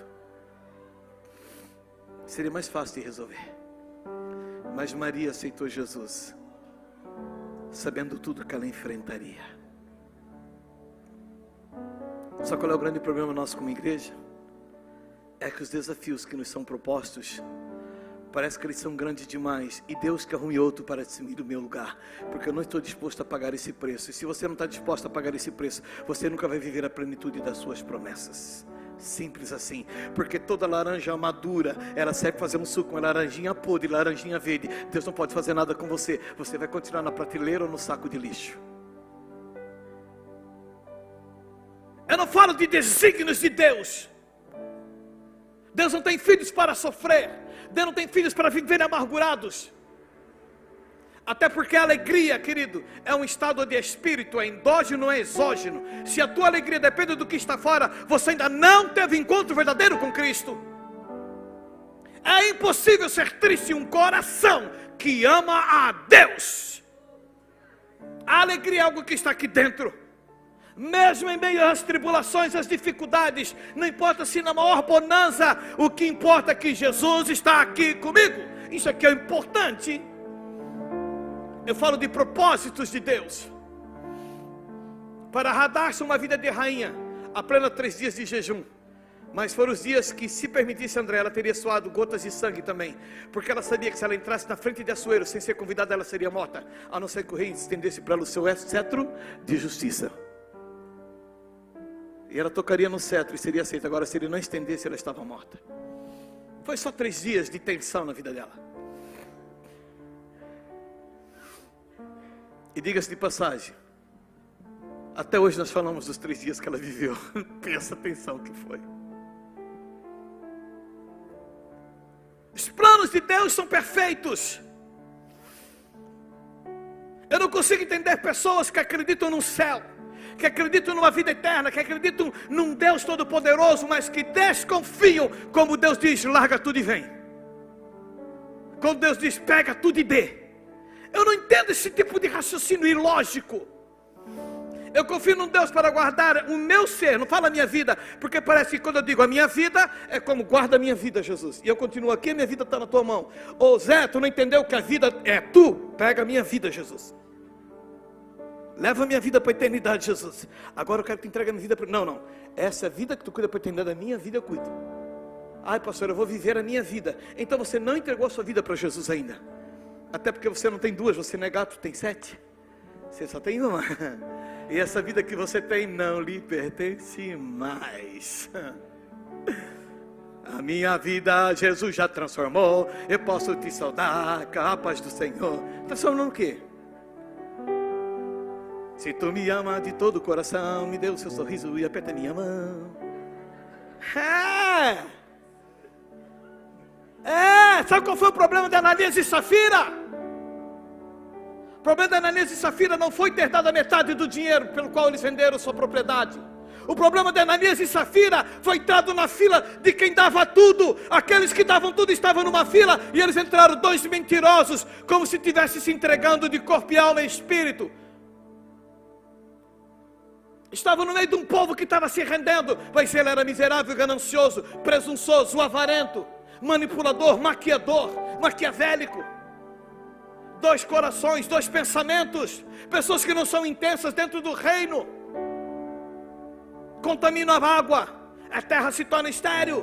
Seria mais fácil de resolver. Mas Maria aceitou Jesus, sabendo tudo que ela enfrentaria. Só qual é o grande problema nosso como igreja? É que os desafios que nos são propostos, parece que eles são grandes demais. E Deus que arrume outro para assumir o meu lugar. Porque eu não estou disposto a pagar esse preço. E se você não está disposto a pagar esse preço, você nunca vai viver a plenitude das suas promessas. Simples assim, porque toda laranja madura, ela serve para fazer um suco, uma laranjinha podre, laranjinha verde. Deus não pode fazer nada com você, você vai continuar na prateleira ou no saco de lixo. Eu não falo de desígnios de Deus. Deus não tem filhos para sofrer, Deus não tem filhos para viver amargurados. Até porque a alegria, querido, é um estado de espírito, é endógeno, não é exógeno. Se a tua alegria depende do que está fora, você ainda não teve encontro verdadeiro com Cristo. É impossível ser triste em um coração que ama a Deus. A alegria é algo que está aqui dentro. Mesmo em meio às tribulações, às dificuldades, não importa se na maior bonança, o que importa é que Jesus está aqui comigo. Isso aqui é importante. Eu falo de propósitos de Deus. Para Radassa, uma vida de rainha, apenas três dias de jejum. Mas foram os dias que, se permitisse André, ela teria suado gotas de sangue também. Porque ela sabia que se ela entrasse na frente de Assuero, sem ser convidada, ela seria morta. A não ser que o rei estendesse para ela o seu cetro de justiça. E ela tocaria no cetro e seria aceita. Agora, se ele não estendesse, ela estava morta. Foi só três dias de tensão na vida dela. E diga-se de passagem, até hoje nós falamos dos três dias que ela viveu. Presta atenção que foi. Os planos de Deus são perfeitos. Eu não consigo entender pessoas que acreditam no céu, que acreditam numa vida eterna, que acreditam num Deus todo-poderoso, mas que desconfiam, como Deus diz, larga tudo e vem. Quando Deus diz, pega tudo e dê. Eu não entendo esse tipo de raciocínio ilógico. Eu confio num Deus para guardar o meu ser, não fala a minha vida, porque parece que quando eu digo a minha vida, é como guarda a minha vida, Jesus. E eu continuo aqui, a minha vida está na tua mão. Ô Zé, tu não entendeu que a vida é tu? Pega a minha vida, Jesus. Leva a minha vida para a eternidade, Jesus. Agora eu quero que tu entregue a minha vida para... Não, não. Essa vida que tu cuida para a eternidade, a minha vida eu cuido. Ai, pastor, eu vou viver a minha vida. Então você não entregou a sua vida para Jesus ainda. Até porque você não tem duas, você não é gato, tem sete. Você só tem uma. E essa vida que você tem não lhe pertence mais. A minha vida Jesus já transformou. Eu posso te saudar com a paz do Senhor. Transformando o quê? Se tu me ama de todo o coração, me dê o seu sorriso e aperta minha mão. É... É, sabe qual foi o problema de Ananias e Safira? O problema de Ananias e Safira não foi ter dado a metade do dinheiro pelo qual eles venderam sua propriedade. O problema de Ananias e Safira foi entrado na fila de quem dava tudo. Aqueles que davam tudo estavam numa fila e eles entraram dois mentirosos, como se estivessem se entregando de corpo e alma e espírito. Estavam no meio de um povo que estava se rendendo, pois ele era miserável, ganancioso, presunçoso, avarento, manipulador, maquiador, maquiavélico. Dois corações, dois pensamentos. Pessoas que não são intensas dentro do reino. Contaminam a água, a terra se torna estéril.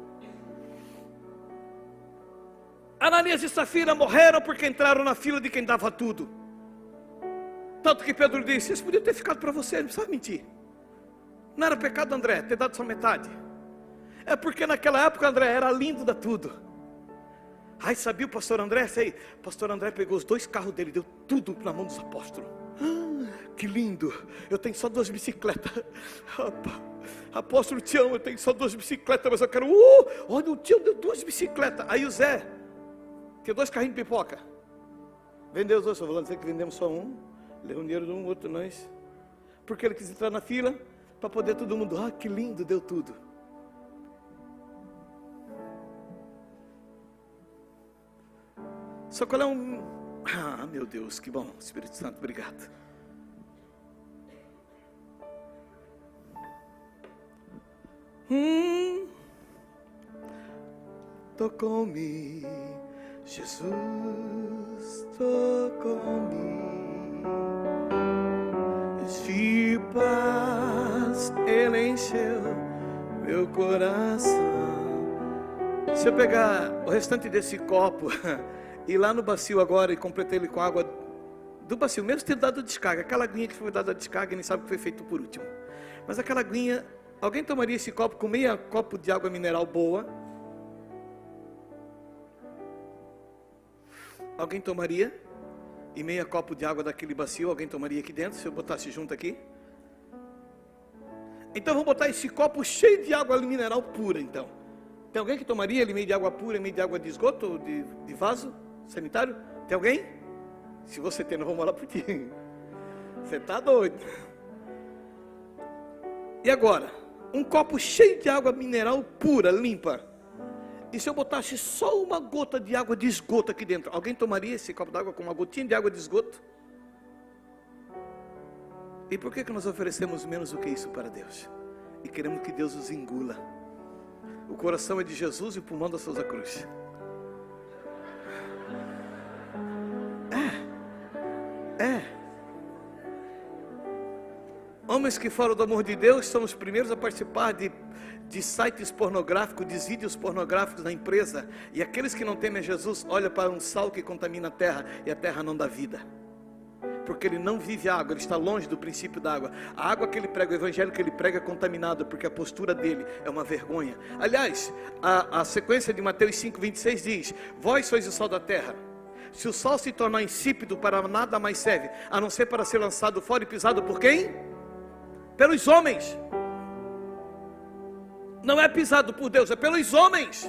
Ananias e Safira morreram porque entraram na fila de quem dava tudo. Tanto que Pedro disse, isso podia ter ficado para você, não precisava mentir. Não era pecado, André, ter dado só metade. É porque naquela época André era lindo da tudo. Ai, sabia o pastor André? Sei, o pastor André pegou os dois carros dele, deu tudo na mão dos apóstolos. Ah, que lindo, eu tenho só duas bicicletas. Apóstolo, te amo, eu tenho só duas bicicletas, mas eu quero, uh, olha, o tio deu duas bicicletas. Aí o Zé, tinha dois carrinhos de pipoca. Vendeu os dois, estou falando, dizer que vendemos só um. Levou um dinheiro de um, outro nós. Porque ele quis entrar na fila, para poder todo mundo, ah, que lindo, deu tudo. Só que ela é um... Ah, meu Deus, que bom, Espírito Santo, obrigado. Hum, tocou-me, Jesus, tocou-me. De paz, Ele encheu meu coração. Se eu pegar o restante desse copo e lá no bacio agora e completei ele com água do bacio, mesmo tendo dado descarga, aquela aguinha que foi dada a descarga, nem sabe o que foi feito por último, mas aquela aguinha Alguém tomaria esse copo com meia copo de água mineral boa? Alguém tomaria? E meia copo de água daquele bacio, alguém tomaria aqui dentro, se eu botasse junto aqui? Então vou botar esse copo cheio de água mineral pura, então. Tem alguém que tomaria ele meio de água pura, meio de água de esgoto, de, de vaso sanitário? Tem alguém? Se você tem, não vou morar por ti. Você está doido. E agora? Um copo cheio de água mineral pura, limpa. E se eu botasse só uma gota de água de esgoto aqui dentro? Alguém tomaria esse copo d'água com uma gotinha de água de esgoto? E por que que nós oferecemos menos do que isso para Deus? E queremos que Deus os engula. O coração é de Jesus e o pulmão da Souza Cruz. É. É. Homens que falam do amor de Deus são os primeiros a participar de, de sites pornográficos, de vídeos pornográficos na empresa. E aqueles que não temem a Jesus olham para um sal que contamina a terra e a terra não dá vida. Porque ele não vive a água, ele está longe do princípio da água. A água que ele prega, o evangelho que ele prega é contaminado, porque a postura dele é uma vergonha. Aliás, a, a sequência de Mateus cinco, vinte e seis diz: vós sois o sal da terra. Se o sal se tornar insípido, para nada mais serve, a não ser para ser lançado fora e pisado por quem? Pelos homens. Não é pisado por Deus, é pelos homens.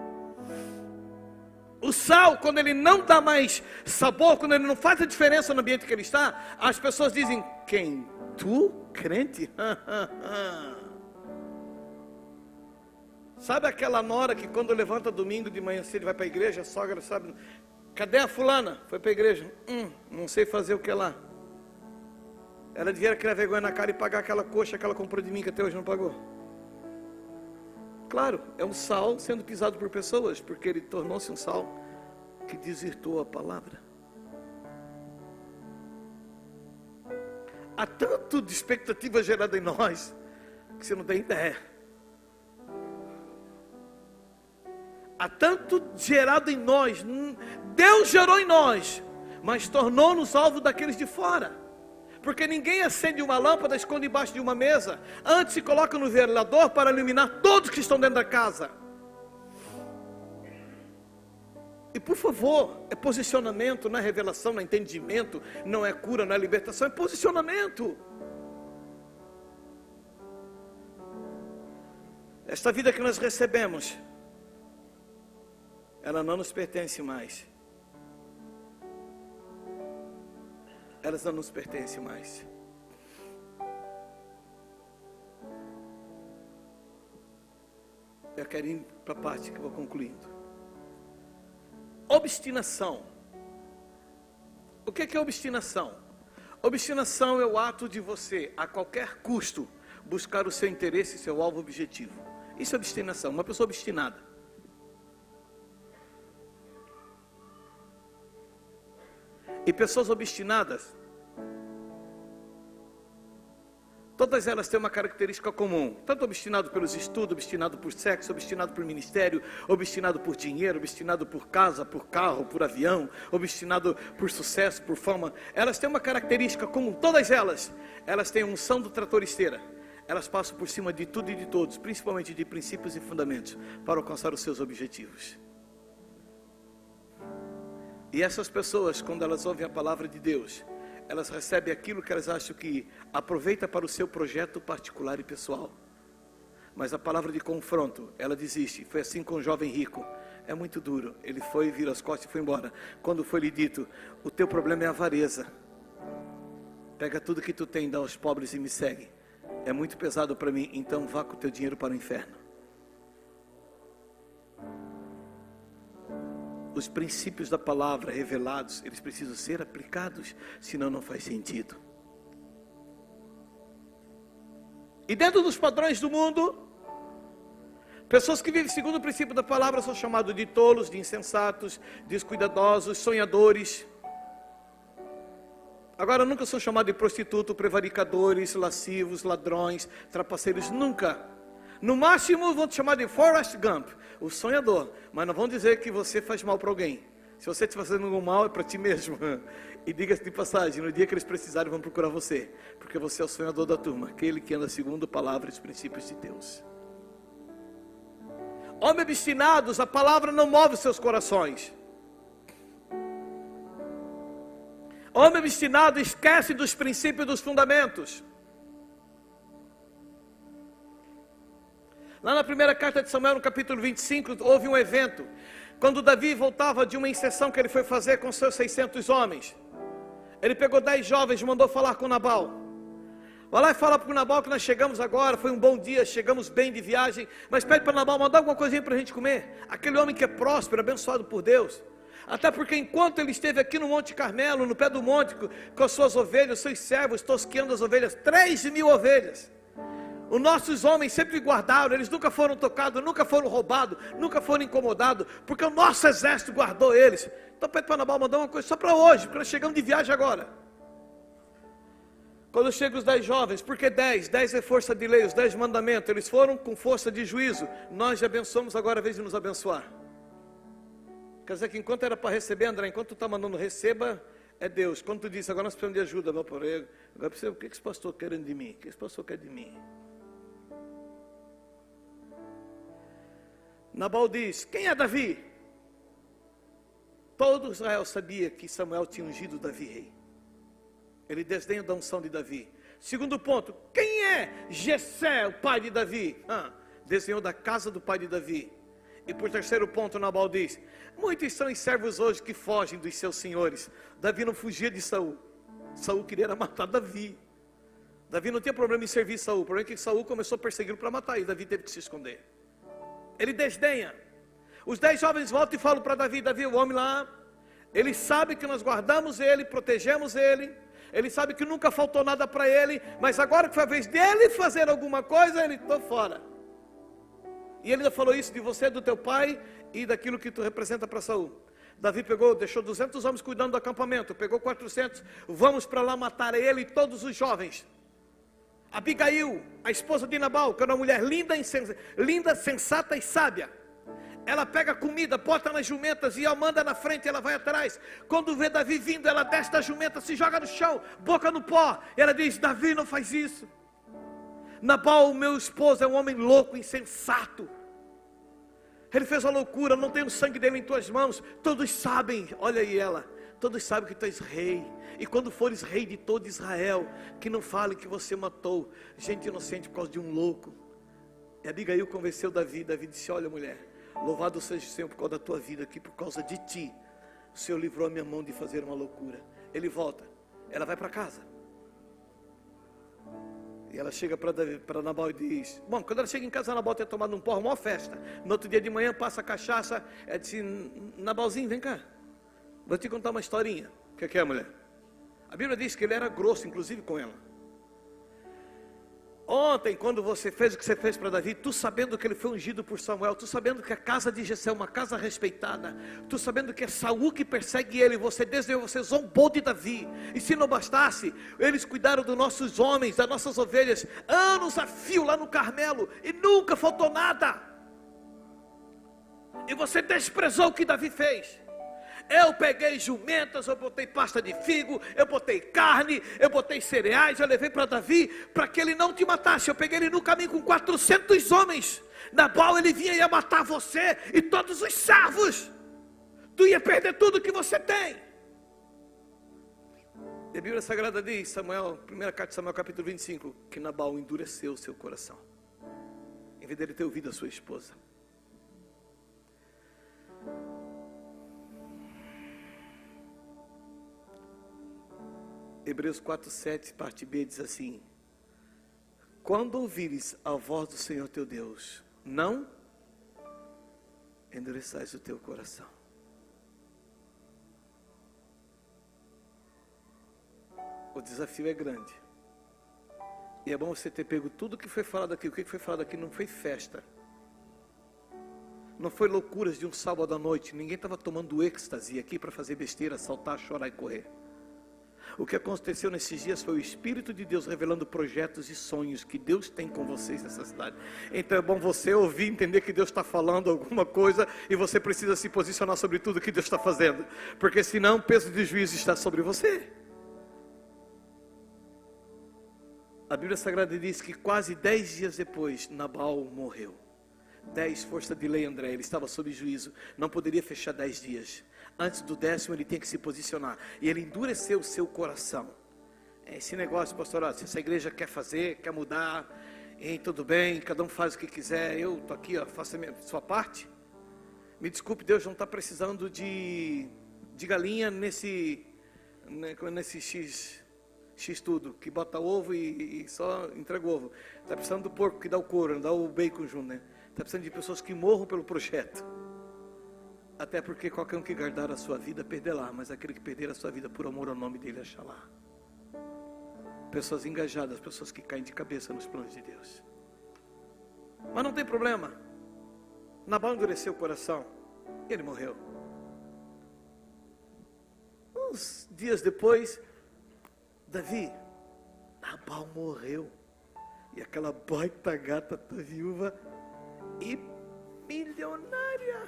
O sal, quando ele não dá mais sabor, quando ele não faz a diferença no ambiente que ele está, as pessoas dizem: quem? Tu, crente? Sabe aquela nora que quando levanta domingo de manhã cedo vai para a igreja, a sogra sabe: cadê a fulana? Foi para a igreja. Hum, não sei fazer o que lá. Ela devia criar vergonha na cara e pagar aquela coxa que ela comprou de mim, que até hoje não pagou. Claro, é um sal sendo pisado por pessoas, porque ele tornou-se um sal que desvirtuou a palavra. Há tanto de expectativa gerada em nós, que você não tem ideia. Há tanto gerado em nós. Deus gerou em nós, mas tornou-nos alvo daqueles de fora. Porque ninguém acende uma lâmpada e esconde embaixo de uma mesa. Antes se coloca no velador para iluminar todos que estão dentro da casa. E por favor, é posicionamento, não é revelação, não é entendimento, não é cura, não é libertação, é posicionamento. Esta vida que nós recebemos, ela não nos pertence mais. Elas não nos pertencem mais. Eu quero ir para a parte que eu vou concluindo. Obstinação. O que é obstinação? Obstinação é o ato de você, a qualquer custo, buscar o seu interesse e seu alvo objetivo. Isso é obstinação, uma pessoa obstinada. E pessoas obstinadas, todas elas têm uma característica comum. Tanto obstinado pelos estudos, obstinado por sexo, obstinado por ministério, obstinado por dinheiro, obstinado por casa, por carro, por avião, obstinado por sucesso, por fama. Elas têm uma característica comum, todas elas. Elas têm a unção do tratoristeira. Elas passam por cima de tudo e de todos, principalmente de princípios e fundamentos, para alcançar os seus objetivos. E essas pessoas, quando elas ouvem a palavra de Deus, elas recebem aquilo que elas acham que aproveita para o seu projeto particular e pessoal. Mas a palavra de confronto, ela desiste. Foi assim com o jovem rico. É muito duro. Ele foi, virou as costas e foi embora. Quando foi lhe dito: o teu problema é avareza. Pega tudo que tu tem, dá aos pobres e me segue. É muito pesado para mim, então vá com o teu dinheiro para o inferno. Os princípios da palavra revelados, eles precisam ser aplicados, senão não faz sentido. E dentro dos padrões do mundo, pessoas que vivem segundo o princípio da palavra são chamados de tolos, de insensatos, descuidadosos, sonhadores. Agora nunca são chamados de prostituto, prevaricadores, lascivos, ladrões, trapaceiros, nunca. No máximo vão te chamar de Forrest Gump, o sonhador, mas não vão dizer que você faz mal para alguém. Se você estiver fazendo algum mal, é para ti mesmo. E diga-se de passagem, no dia que eles precisarem, vão procurar você. Porque você é o sonhador da turma, aquele que anda segundo a palavra e os princípios de Deus. Homens obstinados, a palavra não move os seus corações. Homem obstinado esquece dos princípios e dos fundamentos. Lá na primeira carta de Samuel, no capítulo vinte e cinco, houve um evento. Quando Davi voltava de uma inserção que ele foi fazer com seus seiscentos homens. Ele pegou dez jovens e mandou falar com Nabal. Vai lá e fala para o Nabal que nós chegamos agora, foi um bom dia, chegamos bem de viagem. Mas pede para Nabal mandar alguma coisinha para a gente comer. Aquele homem que é próspero, abençoado por Deus. Até porque enquanto ele esteve aqui no Monte Carmelo, no pé do monte, com as suas ovelhas, seus servos, tosqueando as ovelhas, três mil ovelhas. Os nossos homens sempre guardaram, eles nunca foram tocados, nunca foram roubados, nunca foram incomodados, porque o nosso exército guardou eles. Então pede para Nabal mandar uma coisa só para hoje, porque nós chegamos de viagem agora. Quando chegam os dez jovens, porque dez? Dez é força de lei, os dez mandamentos, eles foram com força de juízo. Nós já abençoamos, agora é a vez de nos abençoar. Quer dizer que enquanto era para receber, André, enquanto tu está mandando receba, é Deus. Quando tu disse, agora nós precisamos de ajuda, meu porém, agora precisa, o que esse pastor quer de mim? O que esse pastor quer de mim? Nabal diz, quem é Davi? Todo Israel sabia que Samuel tinha ungido Davi rei. Ele desdenha da unção de Davi. Segundo ponto, quem é Jessé, o pai de Davi? Ah, desdenhou da casa do pai de Davi. E por terceiro ponto, Nabal diz, muitos são os servos hoje que fogem dos seus senhores. Davi não fugia de Saul. Saul queria matar Davi. Davi não tinha problema em servir Saul. O problema é que Saul começou a persegui-lo para matar e Davi teve que se esconder. Ele desdenha. Os dez jovens voltam e falam para Davi, Davi, o homem lá, ele sabe que nós guardamos ele, protegemos ele, ele sabe que nunca faltou nada para ele, mas agora que foi a vez dele fazer alguma coisa, ele estou fora. E ele ainda falou isso de você, do teu pai e daquilo que tu representa para Saul. Davi pegou, deixou duzentos homens cuidando do acampamento, pegou quatrocentos, vamos para lá matar ele e todos os jovens. Abigail, a esposa de Nabal, que era uma mulher linda, linda, sensata e sábia. Ela pega a comida, bota nas jumentas e ela manda na frente, ela vai atrás. Quando vê Davi vindo, ela desce da jumenta, se joga no chão, boca no pó. E ela diz, Davi, não faz isso. Nabal, meu esposo, é um homem louco, insensato. Ele fez a loucura, não tem o sangue dele em tuas mãos. Todos sabem, olha aí ela, todos sabem que tu és rei. E quando fores rei de todo Israel, que não fale que você matou gente inocente por causa de um louco. E Abigail convenceu Davi. Davi disse, olha mulher, louvado seja o Senhor por causa da tua vida, que por causa de ti, o Senhor livrou a minha mão de fazer uma loucura. Ele volta, ela vai para casa. E ela chega para Nabal e diz, bom, quando ela chega em casa, Nabal tem tomado um porro, uma festa. No outro dia de manhã passa a cachaça, ela disse, Nabalzinho, vem cá, vou te contar uma historinha. O que é que é, mulher? A Bíblia diz que ele era grosso, inclusive com ela. Ontem, quando você fez o que você fez para Davi, tu sabendo que ele foi ungido por Samuel, tu sabendo que a casa de Jessé é uma casa respeitada, tu sabendo que é Saul que persegue ele, você desdenhou, você zombou de Davi. E se não bastasse, eles cuidaram dos nossos homens, das nossas ovelhas, anos a fio lá no Carmelo, e nunca faltou nada. E você desprezou o que Davi fez. Eu peguei jumentas, eu botei pasta de figo, eu botei carne, eu botei cereais, eu levei para Davi, para que ele não te matasse. Eu peguei ele no caminho com quatrocentos homens. Nabal, ele vinha e ia matar você e todos os servos. Tu ia perder tudo que você tem. E a Bíblia Sagrada diz, Samuel, primeira carta de Samuel, capítulo vinte e cinco, que Nabal endureceu o seu coração, em vez dele ter ouvido a sua esposa. Hebreus quatro, sete, parte B, diz assim, quando ouvires a voz do Senhor teu Deus, não endureçais o teu coração. O desafio é grande. E é bom você ter pego tudo que foi falado aqui. O que foi falado aqui não foi festa. Não foi loucuras de um sábado à noite. Ninguém estava tomando êxtase aqui para fazer besteira, saltar, chorar e correr. O que aconteceu nesses dias foi o Espírito de Deus revelando projetos e sonhos que Deus tem com vocês nessa cidade. Então é bom você ouvir, entender que Deus está falando alguma coisa e você precisa se posicionar sobre tudo que Deus está fazendo, porque senão o peso de juízo está sobre você. A Bíblia Sagrada diz que quase dez dias depois, Nabal morreu. Dez, força de lei, André, ele estava sob juízo, não poderia fechar dez dias. Antes do décimo ele tinha que se posicionar, e ele endureceu o seu coração. Esse negócio, pastor, ó, se essa igreja quer fazer, quer mudar, hein, tudo bem, cada um faz o que quiser, eu estou aqui, ó, faço a minha, sua parte. Me desculpe, Deus não está precisando de, de galinha nesse, né, nesse X, X tudo, que bota ovo e, e só entrega o ovo. Está precisando do porco que dá o couro, dá o bacon junto, né? Está precisando de pessoas que morram pelo projeto. Até porque qualquer um que guardar a sua vida perderá, mas aquele que perder a sua vida por amor ao nome dele achará. Pessoas engajadas, pessoas que caem de cabeça nos planos de Deus. Mas não tem problema. Nabal endureceu o coração e ele morreu. Uns dias depois, Davi, Nabal morreu. E aquela baita gata da viúva e milionária,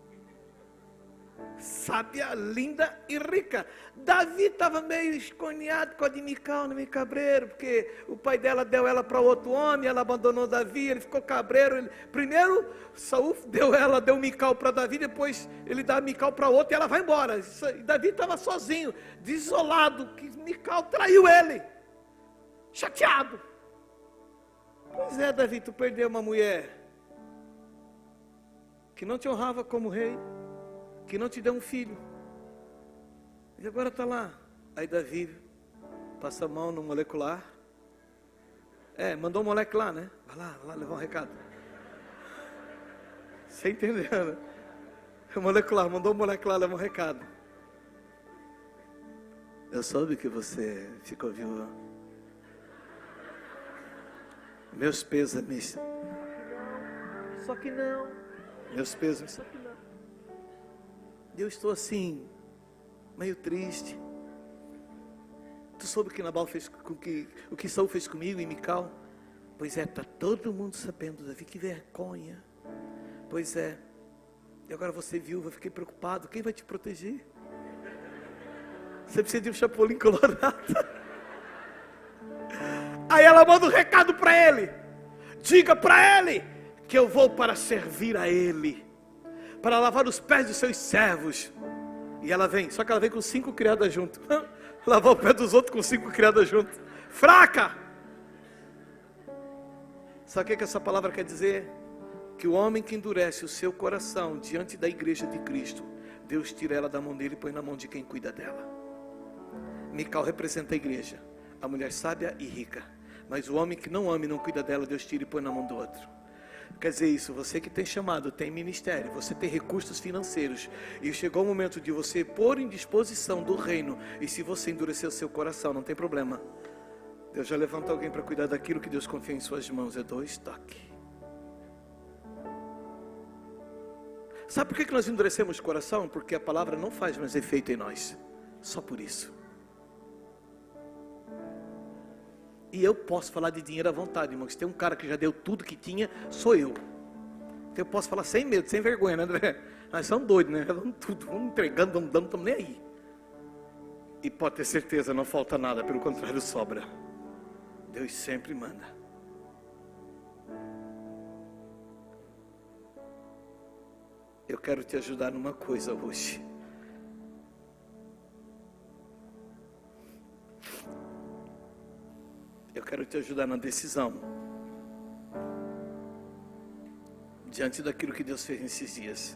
sábia, linda e rica. Davi estava meio esconhado com a de Mical, no meio cabreiro, porque o pai dela deu ela para outro homem, ela abandonou Davi, ele ficou cabreiro. Ele, primeiro, Saul deu ela, deu Mical para Davi, depois ele dá Mical para outro e ela vai embora. E Davi estava sozinho, desolado, que Mical traiu ele, chateado. Pois é, Davi, tu perdeu uma mulher que não te honrava como rei, que não te deu um filho, e agora está lá. Aí Davi passa a mão no molecular, é, mandou o moleque lá, né? Vai lá, vai lá levar um recado. Você entendeu, né? O molecular, mandou o moleque lá levar um recado. Eu soube que você ficou viúva. Meus pêsames. Só que não. Meus pêsames. Só que não. Eu estou assim, meio triste. Tu soube o que Nabal fez com que, o que Saul fez comigo e Mical? Pois é, está todo mundo sabendo, Davi, que vergonha. Pois é. E agora você viúva, fiquei preocupado. Quem vai te proteger? Você precisa de um chapolim colorado. Aí ela manda um recado para ele. Diga para ele que eu vou para servir a ele, para lavar os pés dos seus servos. E ela vem, só que ela vem com cinco criadas junto. Lavar o pé dos outros com cinco criadas junto. Fraca! Sabe o que, que essa palavra quer dizer? Que o homem que endurece o seu coração diante da igreja de Cristo, Deus tira ela da mão dele e põe na mão de quem cuida dela. Mical representa a igreja, a mulher sábia e rica. Mas o homem que não ama e não cuida dela, Deus tira e põe na mão do outro. Quer dizer isso, você que tem chamado, tem ministério, você tem recursos financeiros, e chegou o momento de você pôr em disposição do reino, e se você endurecer o seu coração, não tem problema. Deus já levanta alguém para cuidar daquilo que Deus confia em suas mãos, é dois toques. Sabe por que que nós endurecemos o coração? Porque a palavra não faz mais efeito em nós, só por isso. E eu posso falar de dinheiro à vontade, irmão. Se tem um cara que já deu tudo que tinha, sou eu. Então eu posso falar sem medo, sem vergonha, né, André? Nós somos doidos, né? Vamos tudo, vamos entregando, vamos dando, estamos nem aí. E pode ter certeza, não falta nada, pelo contrário, sobra. Deus sempre manda. Eu quero te ajudar numa coisa hoje. Eu quero te ajudar na decisão, diante daquilo que Deus fez nesses dias,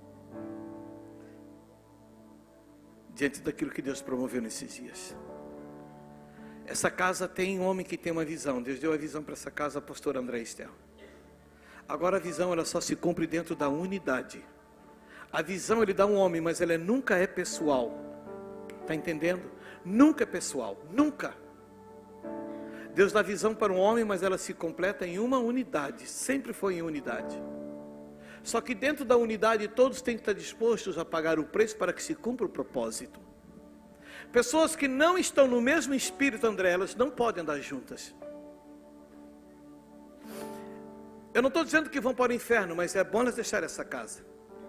diante daquilo que Deus promoveu nesses dias. Essa casa tem um homem que tem uma visão. Deus deu a visão para essa casa, pastor André Estel. Agora a visão, ela só se cumpre dentro da unidade. A visão ele dá um homem, mas ela nunca é pessoal. Está entendendo? Nunca é pessoal, nunca. Deus dá visão para um homem, mas ela se completa em uma unidade. Sempre foi em unidade. Só que dentro da unidade todos têm que estar dispostos a pagar o preço para que se cumpra o propósito. Pessoas que não estão no mesmo espírito, André, elas não podem andar juntas. Eu não estou dizendo que vão para o inferno, mas é bom elas deixarem essa casa.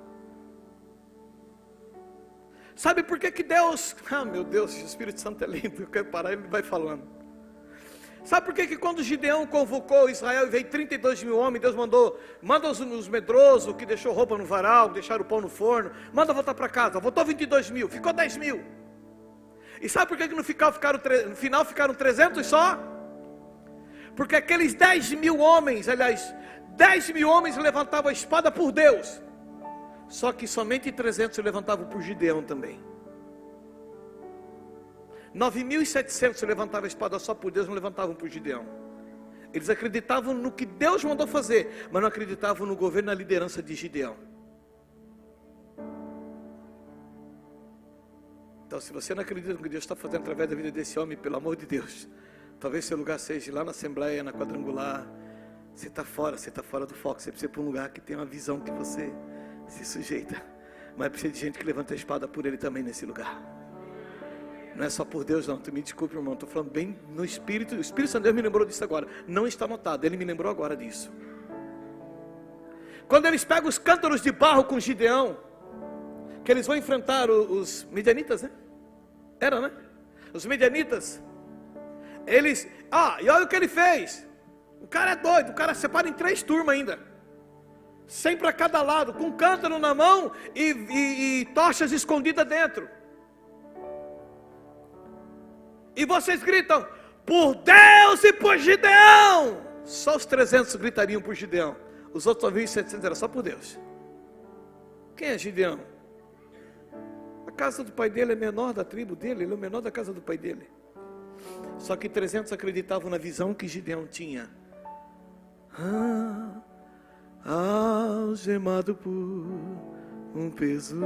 Sabe por que que Deus... Ah, meu Deus, o Espírito Santo é lindo. Eu quero parar, ele vai falando. Sabe por que que quando Gideão convocou Israel e veio trinta e dois mil homens, Deus mandou, manda os, os medrosos, que deixou roupa no varal, deixaram o pão no forno, manda voltar para casa. Voltou vinte e dois mil, ficou dez mil. E sabe por que que no final ficaram, no final ficaram trezentos só? Porque aqueles dez mil homens, aliás, dez mil homens levantavam a espada por Deus. Só que somente trezentos levantavam por Gideão também. nove mil e setecentos levantavam a espada só por Deus, não levantavam por Gideão. Eles acreditavam no que Deus mandou fazer, mas não acreditavam no governo e na liderança de Gideão. Então, se você não acredita no que Deus está fazendo através da vida desse homem, pelo amor de Deus, talvez seu lugar seja lá na Assembleia, na Quadrangular. Você está fora, você está fora do foco. Você precisa ir para um lugar que tem uma visão que você se sujeita. Mas precisa de gente que levanta a espada por ele também nesse lugar. Não é só por Deus não, tu me desculpe, irmão, estou falando bem no Espírito. O Espírito Santo Deus me lembrou disso agora. Não está anotado, ele me lembrou agora disso. Quando eles pegam os cântaros de barro com Gideão, que eles vão enfrentar os, os midianitas, né? Era, né? Os midianitas. Eles, ah, e olha o que ele fez. O cara é doido, o cara separa em três turmas ainda. cem para cada lado, com um cântaro na mão e, e, e tochas escondidas dentro. E vocês gritam, por Deus e por Gideão. Só os trezentos gritariam por Gideão. Os outros mil e setecentos era só por Deus. Quem é Gideão? A casa do pai dele é menor da tribo dele, ele é o menor da casa do pai dele. Só que trezentos acreditavam na visão que Gideão tinha. Ah, algemado por um peso,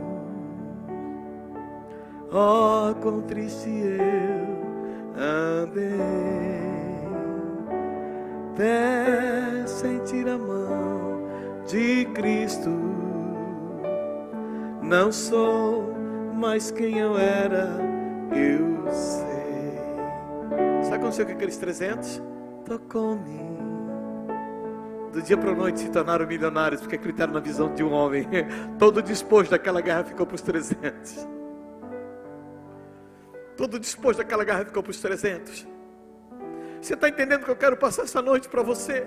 oh, quão triste eu andei, até sentir a mão de Cristo. Não sou mais quem eu era, eu sei. Sabe o que aconteceu com aqueles trezentos? Tocou-me. Do dia para a noite se tornaram milionários, porque acreditaram na visão de um homem. Todo disposto daquela guerra ficou para os trezentos. Todo disposto daquela guerra ficou para os trezentos. Você está entendendo que eu quero passar essa noite para você?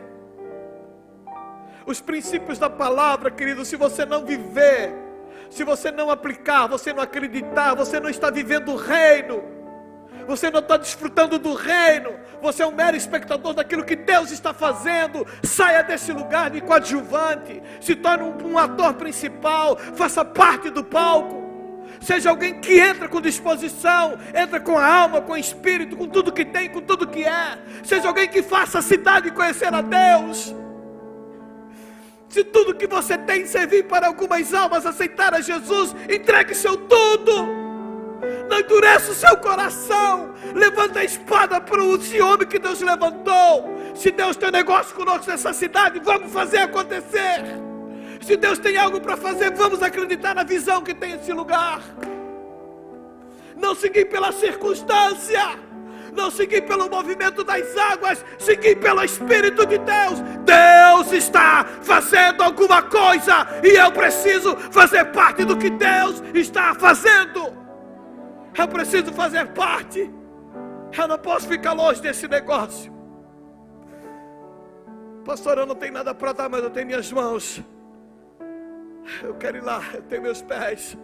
Os princípios da palavra, querido, se você não viver, se você não aplicar, você não acreditar, você não está vivendo o reino. Você não está desfrutando do reino. Você é um mero espectador daquilo que Deus está fazendo. Saia desse lugar de coadjuvante. Se torne um, um ator principal. Faça parte do palco. Seja alguém que entra com disposição. Entra com a alma, com o espírito, com tudo que tem, com tudo que é. Seja alguém que faça a cidade conhecer a Deus. Se tudo que você tem servir para algumas almas aceitar a Jesus, entregue seu tudo. Não endureça o seu coração. Levanta a espada para esse homem que Deus levantou. Se Deus tem negócio conosco nessa cidade, vamos fazer acontecer. Se Deus tem algo para fazer, vamos acreditar na visão que tem esse lugar. Não seguir pela circunstância, não seguir pelo movimento das águas, seguir pelo Espírito de Deus. Deus está fazendo alguma coisa e eu preciso fazer parte do que Deus está fazendo. Eu preciso fazer parte. Eu não posso ficar longe desse negócio. Pastor, eu não tenho nada para dar, mas eu tenho minhas mãos. Eu quero ir lá, eu tenho meus pés.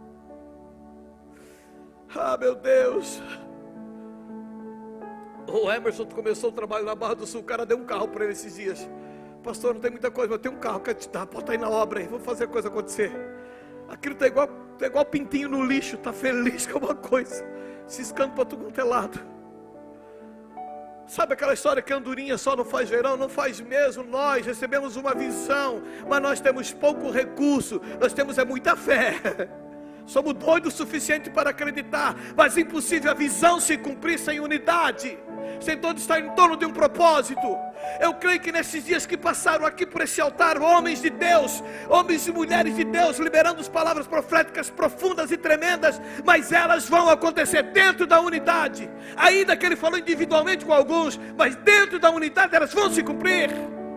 Ah, meu Deus. O Emerson começou o trabalho na Barra do Sul. O cara deu um carro para ele esses dias. Pastor, não tem muita coisa, mas eu tenho um carro. Quero te dar, bota aí na obra aí. Vamos fazer a coisa acontecer. Aquilo está igual, tá igual pintinho no lixo. Está feliz com uma coisa, ciscando para tudo quanto é lado. Sabe aquela história que a andorinha só não faz verão? Não faz mesmo. Nós recebemos uma visão, mas nós temos pouco recurso. Nós temos é muita fé. Somos doidos o suficiente para acreditar, mas impossível a visão se cumprir sem unidade. Sentou de estar em torno de um propósito. Eu creio que nesses dias que passaram aqui por esse altar, homens de Deus, homens e mulheres de Deus, liberando as palavras proféticas profundas e tremendas, mas elas vão acontecer dentro da unidade. Ainda que ele falou individualmente com alguns, mas dentro da unidade elas vão se cumprir.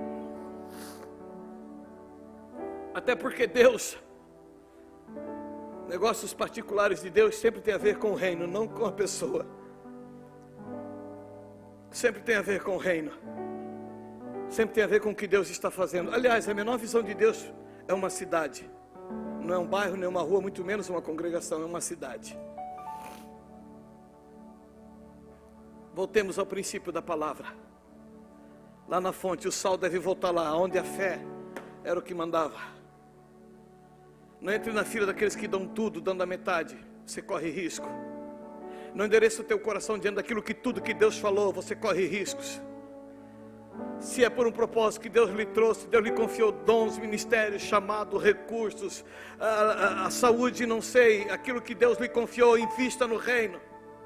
Até porque Deus, negócios particulares de Deus sempre tem a ver com o reino, não com a pessoa. Sempre tem a ver com o reino. Sempre tem a ver com o que Deus está fazendo. Aliás, a menor visão de Deus é uma cidade. Não é um bairro, nem uma rua, muito menos uma congregação, é uma cidade. Voltemos ao princípio da palavra. Lá na fonte, o sal deve voltar lá, onde a fé era o que mandava. Não entre na fila daqueles que dão tudo, dando a metade. Você corre risco. Não endereça o teu coração diante daquilo que tudo que Deus falou, você corre riscos. Se é por um propósito que Deus lhe trouxe, Deus lhe confiou dons, ministérios, chamado, recursos, a, a, a saúde, não sei, aquilo que Deus lhe confiou, invista no reino.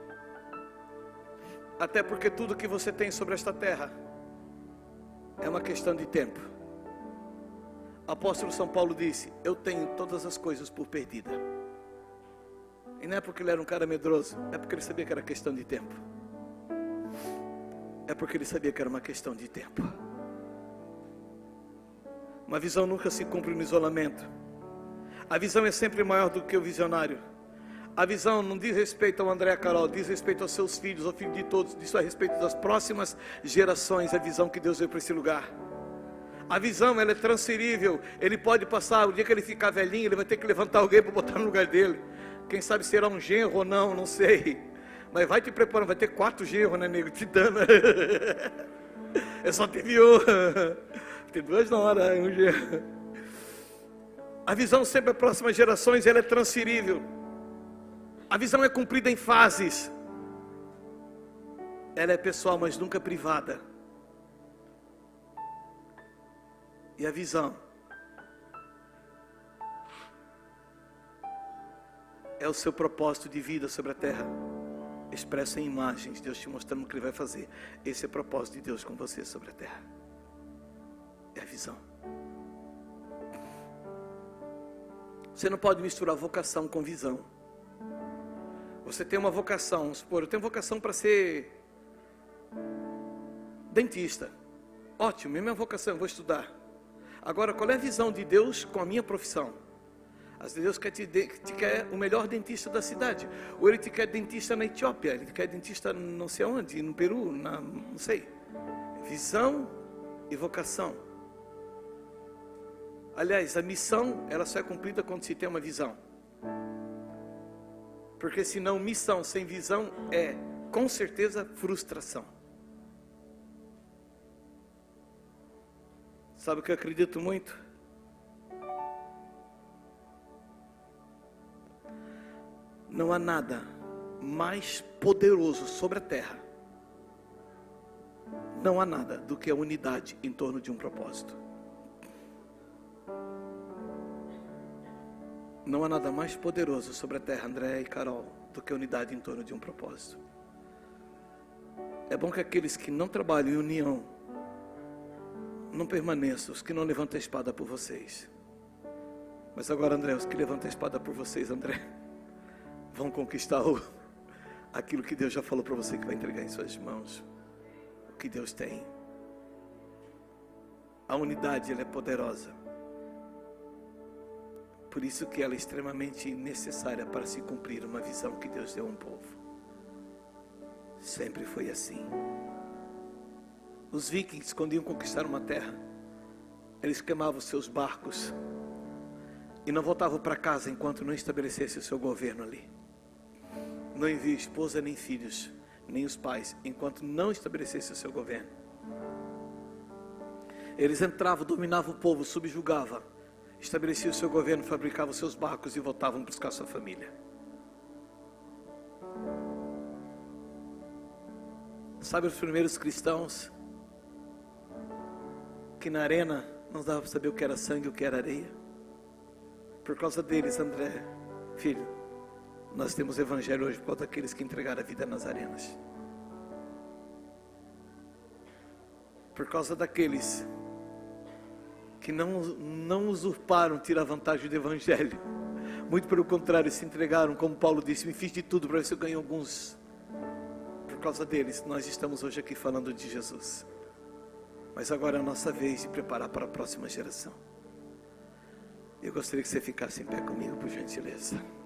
Até porque tudo que você tem sobre esta terra é uma questão de tempo. Apóstolo São Paulo disse: eu tenho todas as coisas por perdida. E não é porque ele era um cara medroso, é porque ele sabia que era questão de tempo. É porque ele sabia que era uma questão de tempo. Uma visão nunca se cumpre no isolamento. A visão é sempre maior do que o visionário. A visão não diz respeito ao André e a Carol, diz respeito aos seus filhos, ao filho de todos, diz a respeito das próximas gerações, a visão que Deus deu para esse lugar. A visão, ela é transferível. Ele pode passar, o dia que ele ficar velhinho, ele vai ter que levantar alguém para botar no lugar dele. Quem sabe será um genro ou não, não sei. Mas vai te preparando, vai ter quatro genros, né, nego? Te dando. Eu só teve um. Tem duas na hora, um genro. A visão sempre para as próximas gerações, ela é transferível. A visão é cumprida em fases. Ela é pessoal, mas nunca privada. E a visão é o seu propósito de vida sobre a terra, expresso em imagens, Deus te mostrando o que Ele vai fazer. Esse é o propósito de Deus com você sobre a terra. É a visão. Você não pode misturar vocação com visão. Você tem uma vocação, vamos supor, eu tenho vocação para ser dentista. Ótimo, é minha vocação, eu vou estudar. Agora, qual é a visão de Deus com a minha profissão? Às vezes Deus quer te, te quer o melhor dentista da cidade. Ou Ele te quer dentista na Etiópia. Ele te quer dentista não sei onde, no Peru, na, não sei. Visão e vocação. Aliás, a missão, ela só é cumprida quando se tem uma visão. Porque senão missão sem visão é, com certeza, frustração. Sabe o que eu acredito muito? Não há nada mais poderoso sobre a terra. Não há nada do que a unidade em torno de um propósito. Não há nada mais poderoso sobre a terra, André e Carol, do que a unidade em torno de um propósito. É bom que aqueles que não trabalham em união não permaneçam, os que não levantam a espada por vocês. Mas agora, André, os que levantam a espada por vocês, André, vão conquistar o, aquilo que Deus já falou para você que vai entregar em suas mãos. O que Deus tem. A unidade, ela é poderosa. Por isso que ela é extremamente necessária para se cumprir uma visão que Deus deu a um povo. Sempre foi assim. Os vikings, quando iam conquistar uma terra, eles queimavam seus barcos e não voltavam para casa enquanto não estabelecesse o seu governo ali. Não envia esposa nem filhos, nem os pais, enquanto não estabelecesse o seu governo. Eles entravam, dominavam o povo, subjugavam, estabeleciam o seu governo, fabricavam seus barcos e voltavam buscar sua família. Sabe os primeiros cristãos que na arena não dava para saber o que era sangue e o que era areia? Por causa deles, André, filho, nós temos evangelho hoje por causa daqueles que entregaram a vida nas arenas. por causa daqueles que não, não usurparam tirar vantagem do Evangelho. Muito pelo contrário, se entregaram, como Paulo disse, me fiz de tudo para ver se eu ganho alguns. Por causa deles, nós estamos hoje aqui falando de Jesus. Mas agora é a nossa vez de preparar para a próxima geração. Eu gostaria que você ficasse em pé comigo, por gentileza.